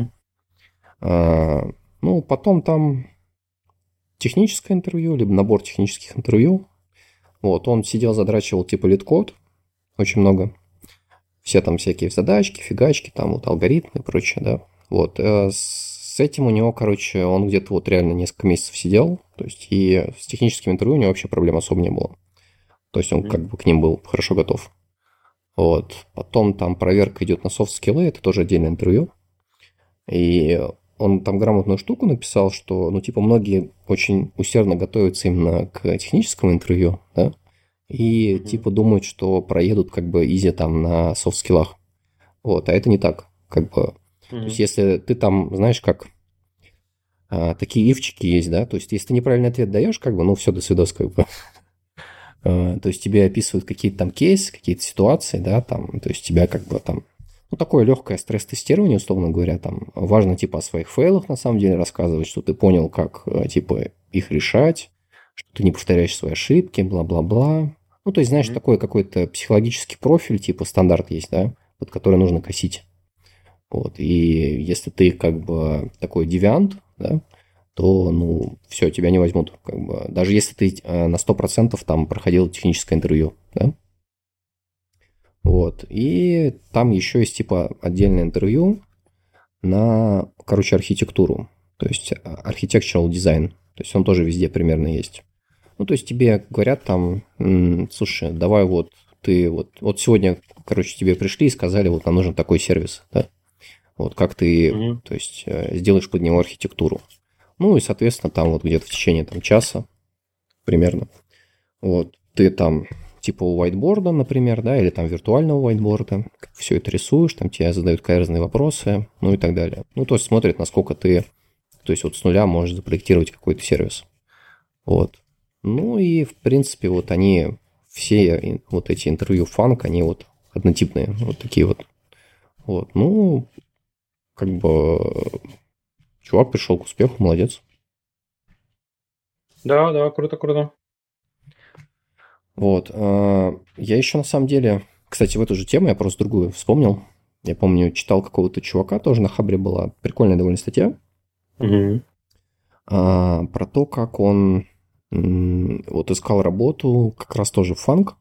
Ну, потом там техническое интервью, либо набор технических интервью. Вот, он сидел, задрачивал типа лид-код, очень много. Все там всякие задачки, фигачки, там вот алгоритмы и прочее, да. Вот, с этим у него, короче, он где-то вот реально несколько месяцев сидел, то есть и с техническим интервью у него вообще проблем особо не было. То есть он как бы к ним был хорошо готов. Вот. Потом там проверка идет на софт-скиллы, это тоже отдельное интервью. И он там грамотную штуку написал, что, ну, типа, многие очень усердно готовятся именно к техническому интервью, да, и, типа, думают, что проедут как бы изи там на софт-скиллах. Вот, а это не так, как бы. То есть, если ты там, знаешь, как такие ивчики есть, да, то есть, если ты неправильный ответ даешь, как бы, ну, все, до свидос, как бы. То есть тебе описывают какие-то там кейсы, какие-то ситуации, да, там, то есть тебя как бы там, ну, такое легкое стресс-тестирование, условно говоря, там, важно, типа, о своих фейлах, на самом деле, рассказывать, что ты понял, как, типа, их решать, что ты не повторяешь свои ошибки, бла-бла-бла. Ну, то есть, знаешь, такой какой-то психологический профиль, типа, стандарт есть, да, под который нужно косить. Вот, и если ты, как бы, такой девиант, да, то, ну, все, тебя не возьмут. Как бы. Даже если ты на 100% там проходил техническое интервью, да? Вот. И там еще есть, типа, отдельное интервью на, короче, архитектуру. То есть, architectural design. То есть, он тоже везде примерно есть. Ну, то есть, тебе говорят там, слушай, давай вот ты вот сегодня, короче, тебе пришли и сказали, вот нам нужен такой сервис, да? Вот как ты, то есть, сделаешь под него архитектуру. Ну и, соответственно, там вот где-то в течение там, часа примерно, вот, ты там типа у whiteboard, например, да, или там виртуального whiteboard, все это рисуешь, там тебе задают каверзные вопросы, ну и так далее. Ну, то есть смотрят, насколько ты, то есть вот с нуля можешь запроектировать какой-то сервис. Вот. Ну и, в принципе, вот они, все вот эти интервью фанк, они вот однотипные, вот такие вот. Вот, ну, как бы чувак пришел к успеху, молодец. Да, да, круто, круто. Вот. Я еще на самом деле, кстати, в эту же тему я просто другую вспомнил. Я помню, читал какого-то чувака, тоже на Хабре была прикольная довольно статья, Мгм. про то, как он вот искал работу, как раз тоже в фанк,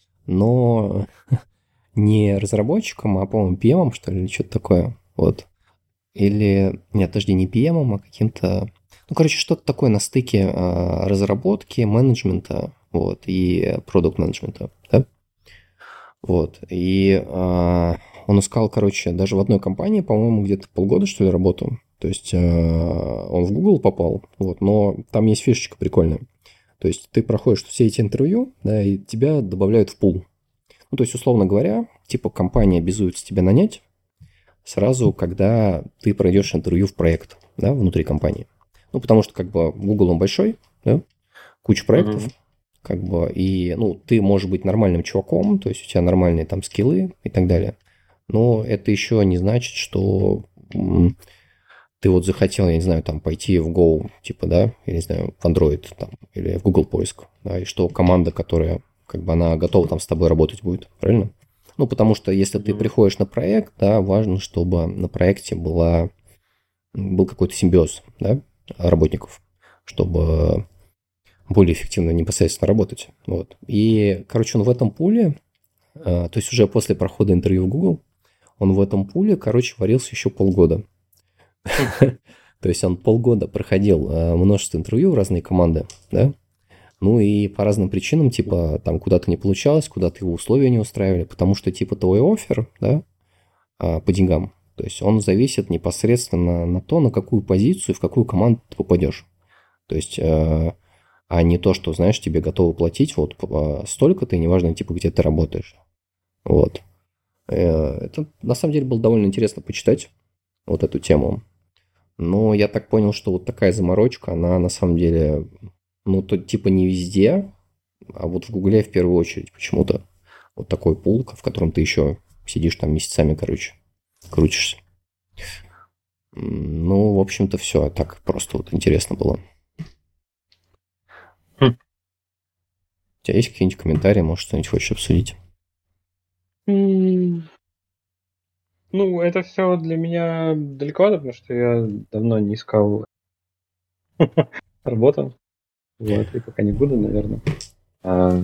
но не разработчиком, а, по-моему, PM, что ли, или что-то такое. Вот. Или, нет, подожди, не PM, а каким-то... Ну, короче, что-то такое на стыке разработки, менеджмента, вот, и продукт-менеджмента, да? Вот. И он искал, короче, даже в одной компании, по-моему, где-то полгода, что ли, работу. То есть он в Google попал, вот, но там есть фишечка прикольная. То есть ты проходишь все эти интервью, да, и тебя добавляют в пул. Ну, то есть, условно говоря, типа компания обязуется тебя нанять сразу, когда ты пройдешь интервью в проект, да, внутри компании. Ну, потому что, как бы, Google, он большой, да, куча проектов, Мгм. как бы, и, ну, ты можешь быть нормальным чуваком, то есть у тебя нормальные там скиллы и так далее, но это еще не значит, что ты вот захотел, я не знаю, там, пойти в Go, типа, да, я не знаю, в Android, там, или в Google поиск, да, и что команда, которая, как бы, она готова там с тобой работать будет, правильно? Ну, потому что если ты Мгм. приходишь на проект, да, важно, чтобы на проекте был какой-то симбиоз, да, работников, чтобы более эффективно непосредственно работать. Вот. И, короче, он в этом пуле, то есть уже после прохода интервью в Google, он в этом пуле, короче, варился еще полгода. Хм. То есть он полгода проходил множество интервью в разные команды, да, ну и по разным причинам, типа, там куда-то не получалось, куда-то его условия не устраивали, потому что, типа, твой оффер, да, по деньгам, то есть он зависит непосредственно на то, на какую позицию, в какую команду ты попадешь. То есть, а не то, что, знаешь, тебе готовы платить вот столько-то, и неважно, типа, где ты работаешь. Вот. Это, на самом деле, было довольно интересно почитать вот эту тему. Но я так понял, что вот такая заморочка, она на самом деле, ну, то типа не везде, а вот в Гугле в первую очередь почему-то. Вот такой пул, в котором ты еще сидишь там месяцами, короче, крутишься. Ну, в общем-то, все. Так просто вот интересно было. Хм. У тебя есть какие-нибудь комментарии, может, что-нибудь хочешь обсудить? М, Ну, это все для меня далековато, потому что я давно не искал работу. Вот, и пока не буду, наверное. А,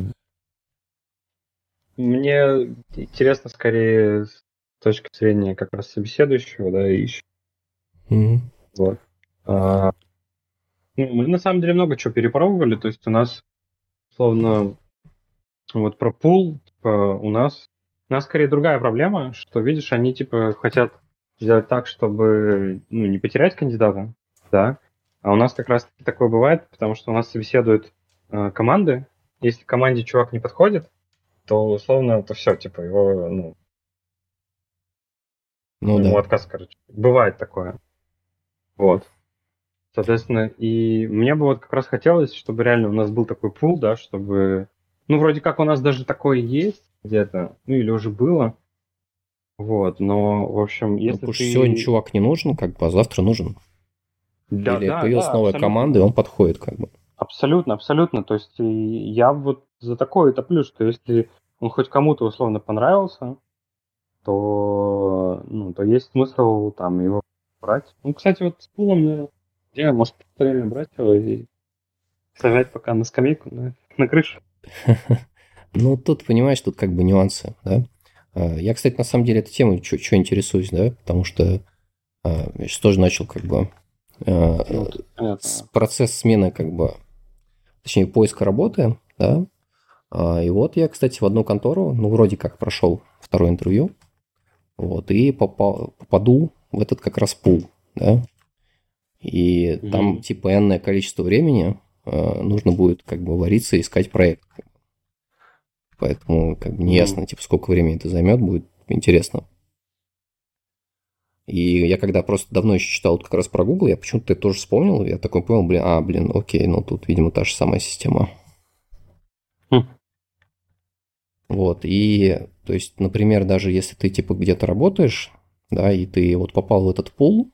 Мне интересно скорее с точки зрения как раз собеседующего, да, и Мгм. вот. А, Ну, мы на самом деле много чего перепробовали, то есть у нас, словно, вот про пул, типа, у нас скорее другая проблема, что, видишь, они, типа, хотят сделать так, чтобы, ну, не потерять кандидата, да, а у нас как раз таки такое бывает, потому что у нас собеседуют команды, если команде чувак не подходит, то, условно, то все, типа, его, Ну ему да. отказ, короче. Бывает такое. Вот. Соответственно, и мне бы вот как раз хотелось, чтобы реально у нас был такой пул, да, чтобы... Ну, вроде как у нас даже такое есть где-то, ну, или уже было. Вот, но, в общем, Ну, если потому что сегодня ты... чувак не нужен, как бы, а завтра нужен. Да, Или да, появилась да, новая команда, абсолютно. и он подходит, как бы. Абсолютно, абсолютно. То есть и я вот за такое топлю, что если он хоть кому-то условно понравился, то, ну, то есть смысл там его брать. Ну, кстати, вот с пулом, наверное, я, может, время брать его и сажать пока на скамейку, на крышу. Ну, тут, понимаешь, тут как бы нюансы, да. Я, кстати, на самом деле этой темой что интересуюсь, да, потому что я сейчас тоже начал как бы Ну, тут понятно. процесс смены как бы, точнее, поиска работы, да. И вот я, кстати, в одну контору, ну, вроде как прошел второе интервью, вот, и попаду в этот как раз пул, да. И там Мгм. типа энное количество времени нужно будет как бы вариться и искать проект. Поэтому как бы не Мгм. ясно, типа, сколько времени это займет, будет интересно. И я когда просто давно еще читал вот как раз про Google, я почему-то это тоже вспомнил, я такой понял, блин, окей, ну тут, видимо, та же самая система. Хм. Вот, и, то есть, например, даже если ты, типа, где-то работаешь, да, и ты вот попал в этот пул,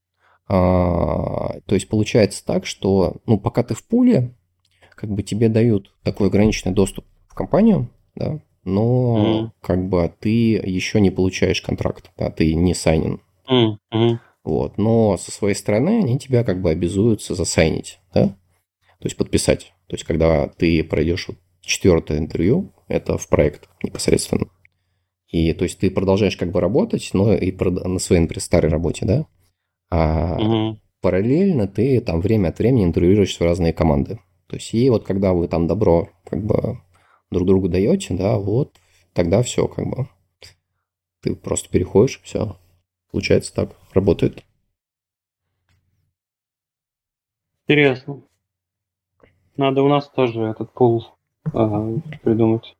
то есть получается так, что, ну, пока ты в пуле, как бы тебе дают такой ограниченный доступ в компанию, да, но как бы ты еще не получаешь контракт, да, ты не сайнен. Вот. Но со своей стороны они тебя как бы обязуются засайнить, да, то есть подписать. То есть когда ты пройдешь вот 4-е интервью, это в проект непосредственно. И то есть ты продолжаешь как бы работать, но и на своей, например, старой работе, да, а параллельно ты там время от времени интервьюируешься в разные команды. То есть и вот когда вы там добро как бы друг другу даете, да, вот тогда все как бы. Ты просто переходишь, все. Получается так, работает. Интересно. Надо у нас тоже этот пул придумать.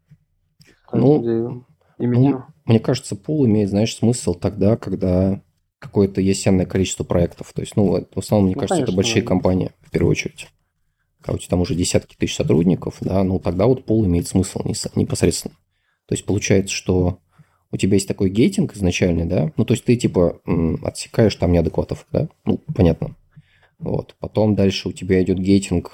Ну, мне кажется, пул имеет, знаешь, смысл тогда, когда какое-то есть энное количество проектов. То есть, в основном, мне кажется, это большие компании, в первую очередь. Когда у тебя там уже десятки тысяч сотрудников, да, тогда вот пул имеет смысл непосредственно. То есть, получается, что у тебя есть такой гейтинг изначальный, да, то есть ты типа отсекаешь там неадекватов, да, понятно. Вот. Потом дальше у тебя идет гейтинг,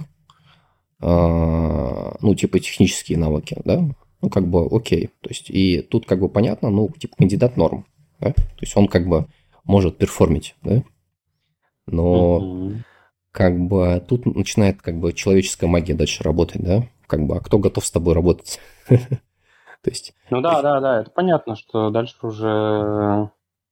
типа технические навыки, да, как бы окей. То есть, и тут как бы понятно, типа кандидат норм, да, то есть он как бы может перформить, да, но как бы тут начинает как бы человеческая магия дальше работать, да, как бы, а кто готов с тобой работать? То есть... да, это понятно, что дальше уже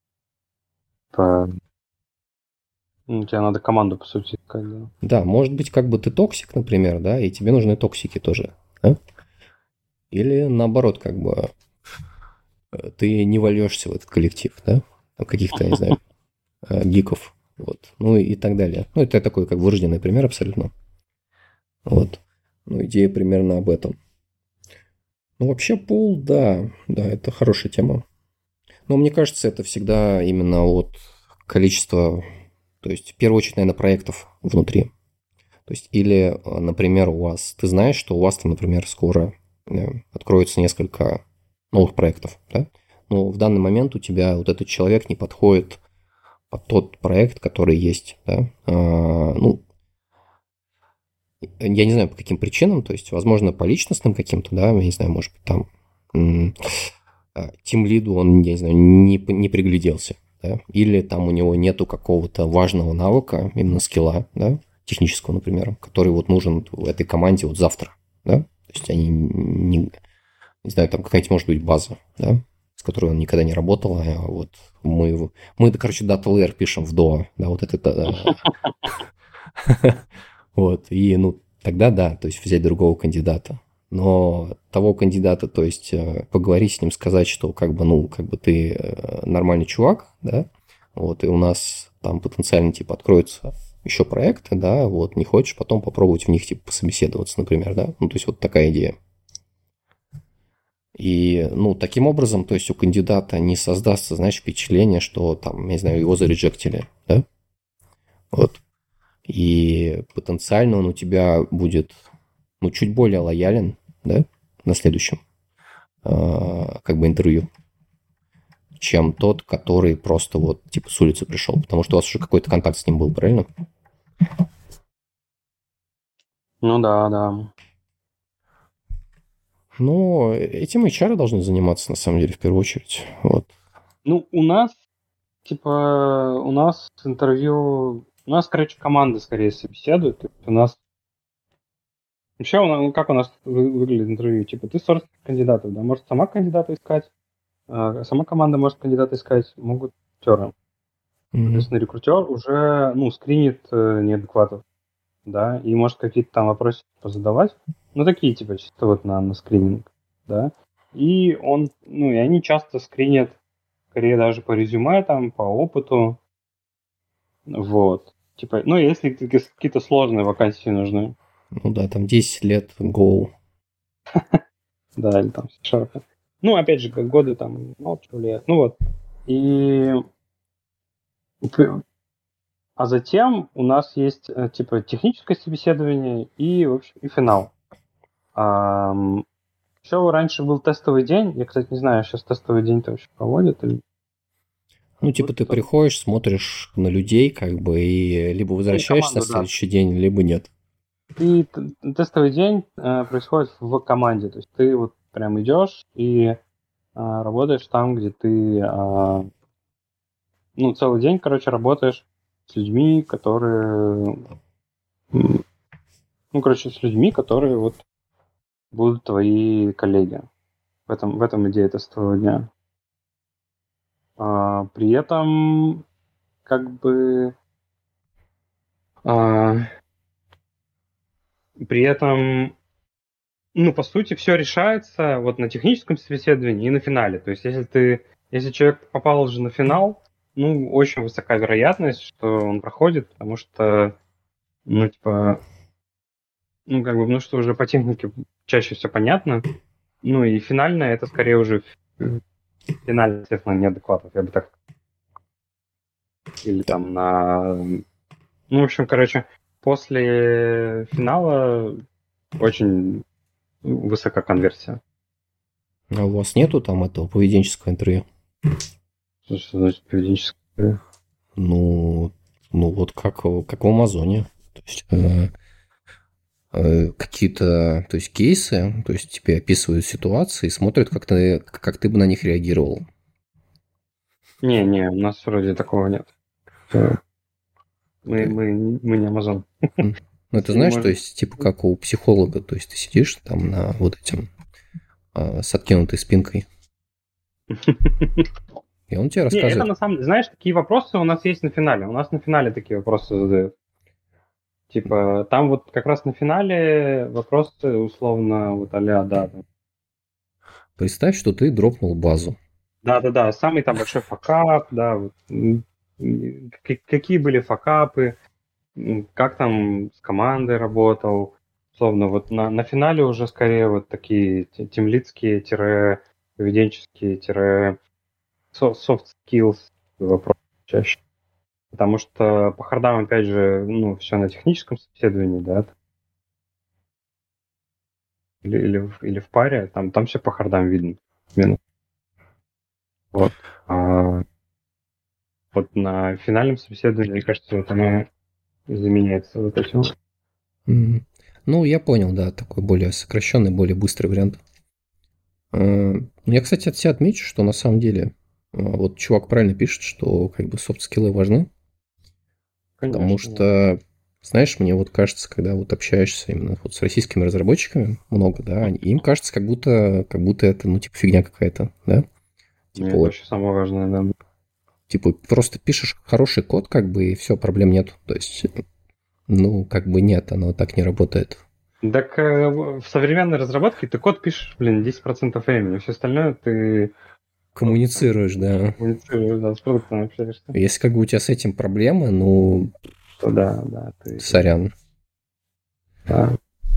тебе надо команду, по сути, искать, да. Да, может быть, как бы ты токсик, например, да, и тебе нужны токсики тоже, да? Или наоборот, как бы ты не вольешься в этот коллектив, да, каких-то, не знаю, гиков, вот, и так далее. Это такой как вырожденный пример абсолютно. Вот. Идея примерно об этом. Вообще пул, да, это хорошая тема. Но мне кажется, это всегда именно от количества, то есть в первую очередь, наверное, проектов внутри. То есть или, например, ты знаешь, что у вас там, например, скоро откроется несколько новых проектов, да? Но в данный момент у тебя вот этот человек не подходит под тот проект, который есть, да? Я не знаю, по каким причинам, то есть, возможно, по личностным каким-то, да, я не знаю, может быть, там тимлиду он, я не знаю, не пригляделся, да? Или там у него нету какого-то важного навыка, именно скилла, да, технического, например, который вот нужен в этой команде вот завтра, да, то есть они не знаю, там какая-нибудь может быть база, да, с которой он никогда не работал, а вот мы короче, data layer пишем в Doa, да, вот это, вот, и, тогда да, то есть взять другого кандидата, но того кандидата, то есть поговорить с ним, сказать, что как бы ты нормальный чувак, да, вот, и у нас там потенциально, типа, откроются еще проекты, да, вот, не хочешь потом попробовать в них, типа, пособеседоваться, например, да, то есть вот такая идея. И, таким образом, то есть у кандидата не создастся, знаешь, впечатление, что там, не знаю, его зареджектили, да, вот. И потенциально он у тебя будет, чуть более лоялен, да, на следующем, как бы интервью, чем тот, который просто вот, типа, с улицы пришел, потому что у вас уже какой-то контакт с ним был, правильно? Да. Но этим HR должны заниматься, на самом деле, в первую очередь, вот. У нас интервью... У нас, короче, команды скорее собеседуют. У нас... Вообще, как у нас выглядит интервью? Типа, ты сорт кандидатов, да? Может, сама кандидата искать, сама команда может кандидата искать, могут актеры. Соответственно, рекрутер уже, скринит неадекватов, да, и может какие-то там вопросы позадавать. Такие, типа, чисто вот на скрининг, да. И они часто скринят, скорее даже по резюме, там, по опыту. Вот. Типа, если какие-то сложные вакансии нужны. Да, там 10 лет Go. Да, или там C-Sharp. Опять же, как годы там, что влияет. Вот. И... А затем у нас есть, типа, техническое собеседование и, в общем, и финал. Еще раньше был тестовый день. Я, кстати, не знаю, сейчас тестовый день-то вообще проводят или... Типа ты приходишь, смотришь на людей, как бы, и либо возвращаешься на следующий день, либо нет. тестовый день происходит в команде. То есть ты вот прям идешь и работаешь там, где ты целый день, короче, работаешь с людьми, которые с людьми, которые вот будут твои коллеги. В этом идея тестового дня. При этом, как бы, по сути, все решается вот на техническом собеседовании и на финале. То есть, если человек попал уже на финал, очень высока вероятность, что он проходит, потому что, что уже по технике чаще все понятно. И финальное это скорее уже финальное, естественно, неадекватов, я бы так. Или там в общем, после финала очень высока конверсия. А у вас нету там этого поведенческого интервью? Что значит поведенческое? Ну вот как в Амазоне. То есть какие-то, то есть кейсы, то есть тебе описывают ситуации и смотрят, как ты бы на них реагировал. Не, у нас вроде такого нет. Мы не Amazon. Ну, это знаешь, то есть, типа как у психолога, то есть ты сидишь там на вот этим с откинутой спинкой, и он тебе рассказывает. Не, это на самом деле, знаешь, такие вопросы у нас есть на финале. У нас на финале такие вопросы задают. Типа, там вот как раз на финале вопросы условно вот а-ля, да. Представь, что ты дропнул базу. Да, самый там большой факап, да, вот, какие были факапы, как там с командой работал, условно, вот на финале уже скорее вот такие тимлидские, поведенческие, soft skills вопросы чаще. Потому что по хардам, опять же, все на техническом собеседовании, да, или в паре, там все по хардам видно. Вот. Вот на финальном собеседовании, мне кажется, вот оно заменяется вот этим. Ну, я понял, да, такой более сокращенный, более быстрый вариант. Я, кстати, от себя отмечу, что на самом деле вот чувак правильно пишет, что как бы софт-скиллы важны. Конечно. Потому что, знаешь, мне вот кажется, когда вот общаешься именно вот с российскими разработчиками много, да, им кажется, как будто это, типа, фигня какая-то, да? Типа, это вообще самое важное, да. Типа, просто пишешь хороший код, как бы, и все, проблем нет. То есть, как бы нет, оно так не работает. Так в современной разработке ты код пишешь, 10% времени, все остальное ты... Коммуницируешь, да. Коммуницируешь, да, с продуктом общаешься. Если как бы у тебя с этим проблемы, то да, ты... Сорян. Да.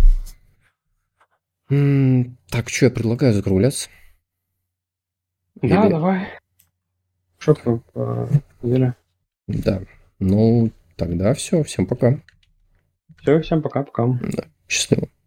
Так, что я предлагаю закругляться? Да, давай. Что по неделе? Да. Тогда все. Всем пока. Все, всем пока-пока. Да, счастливо.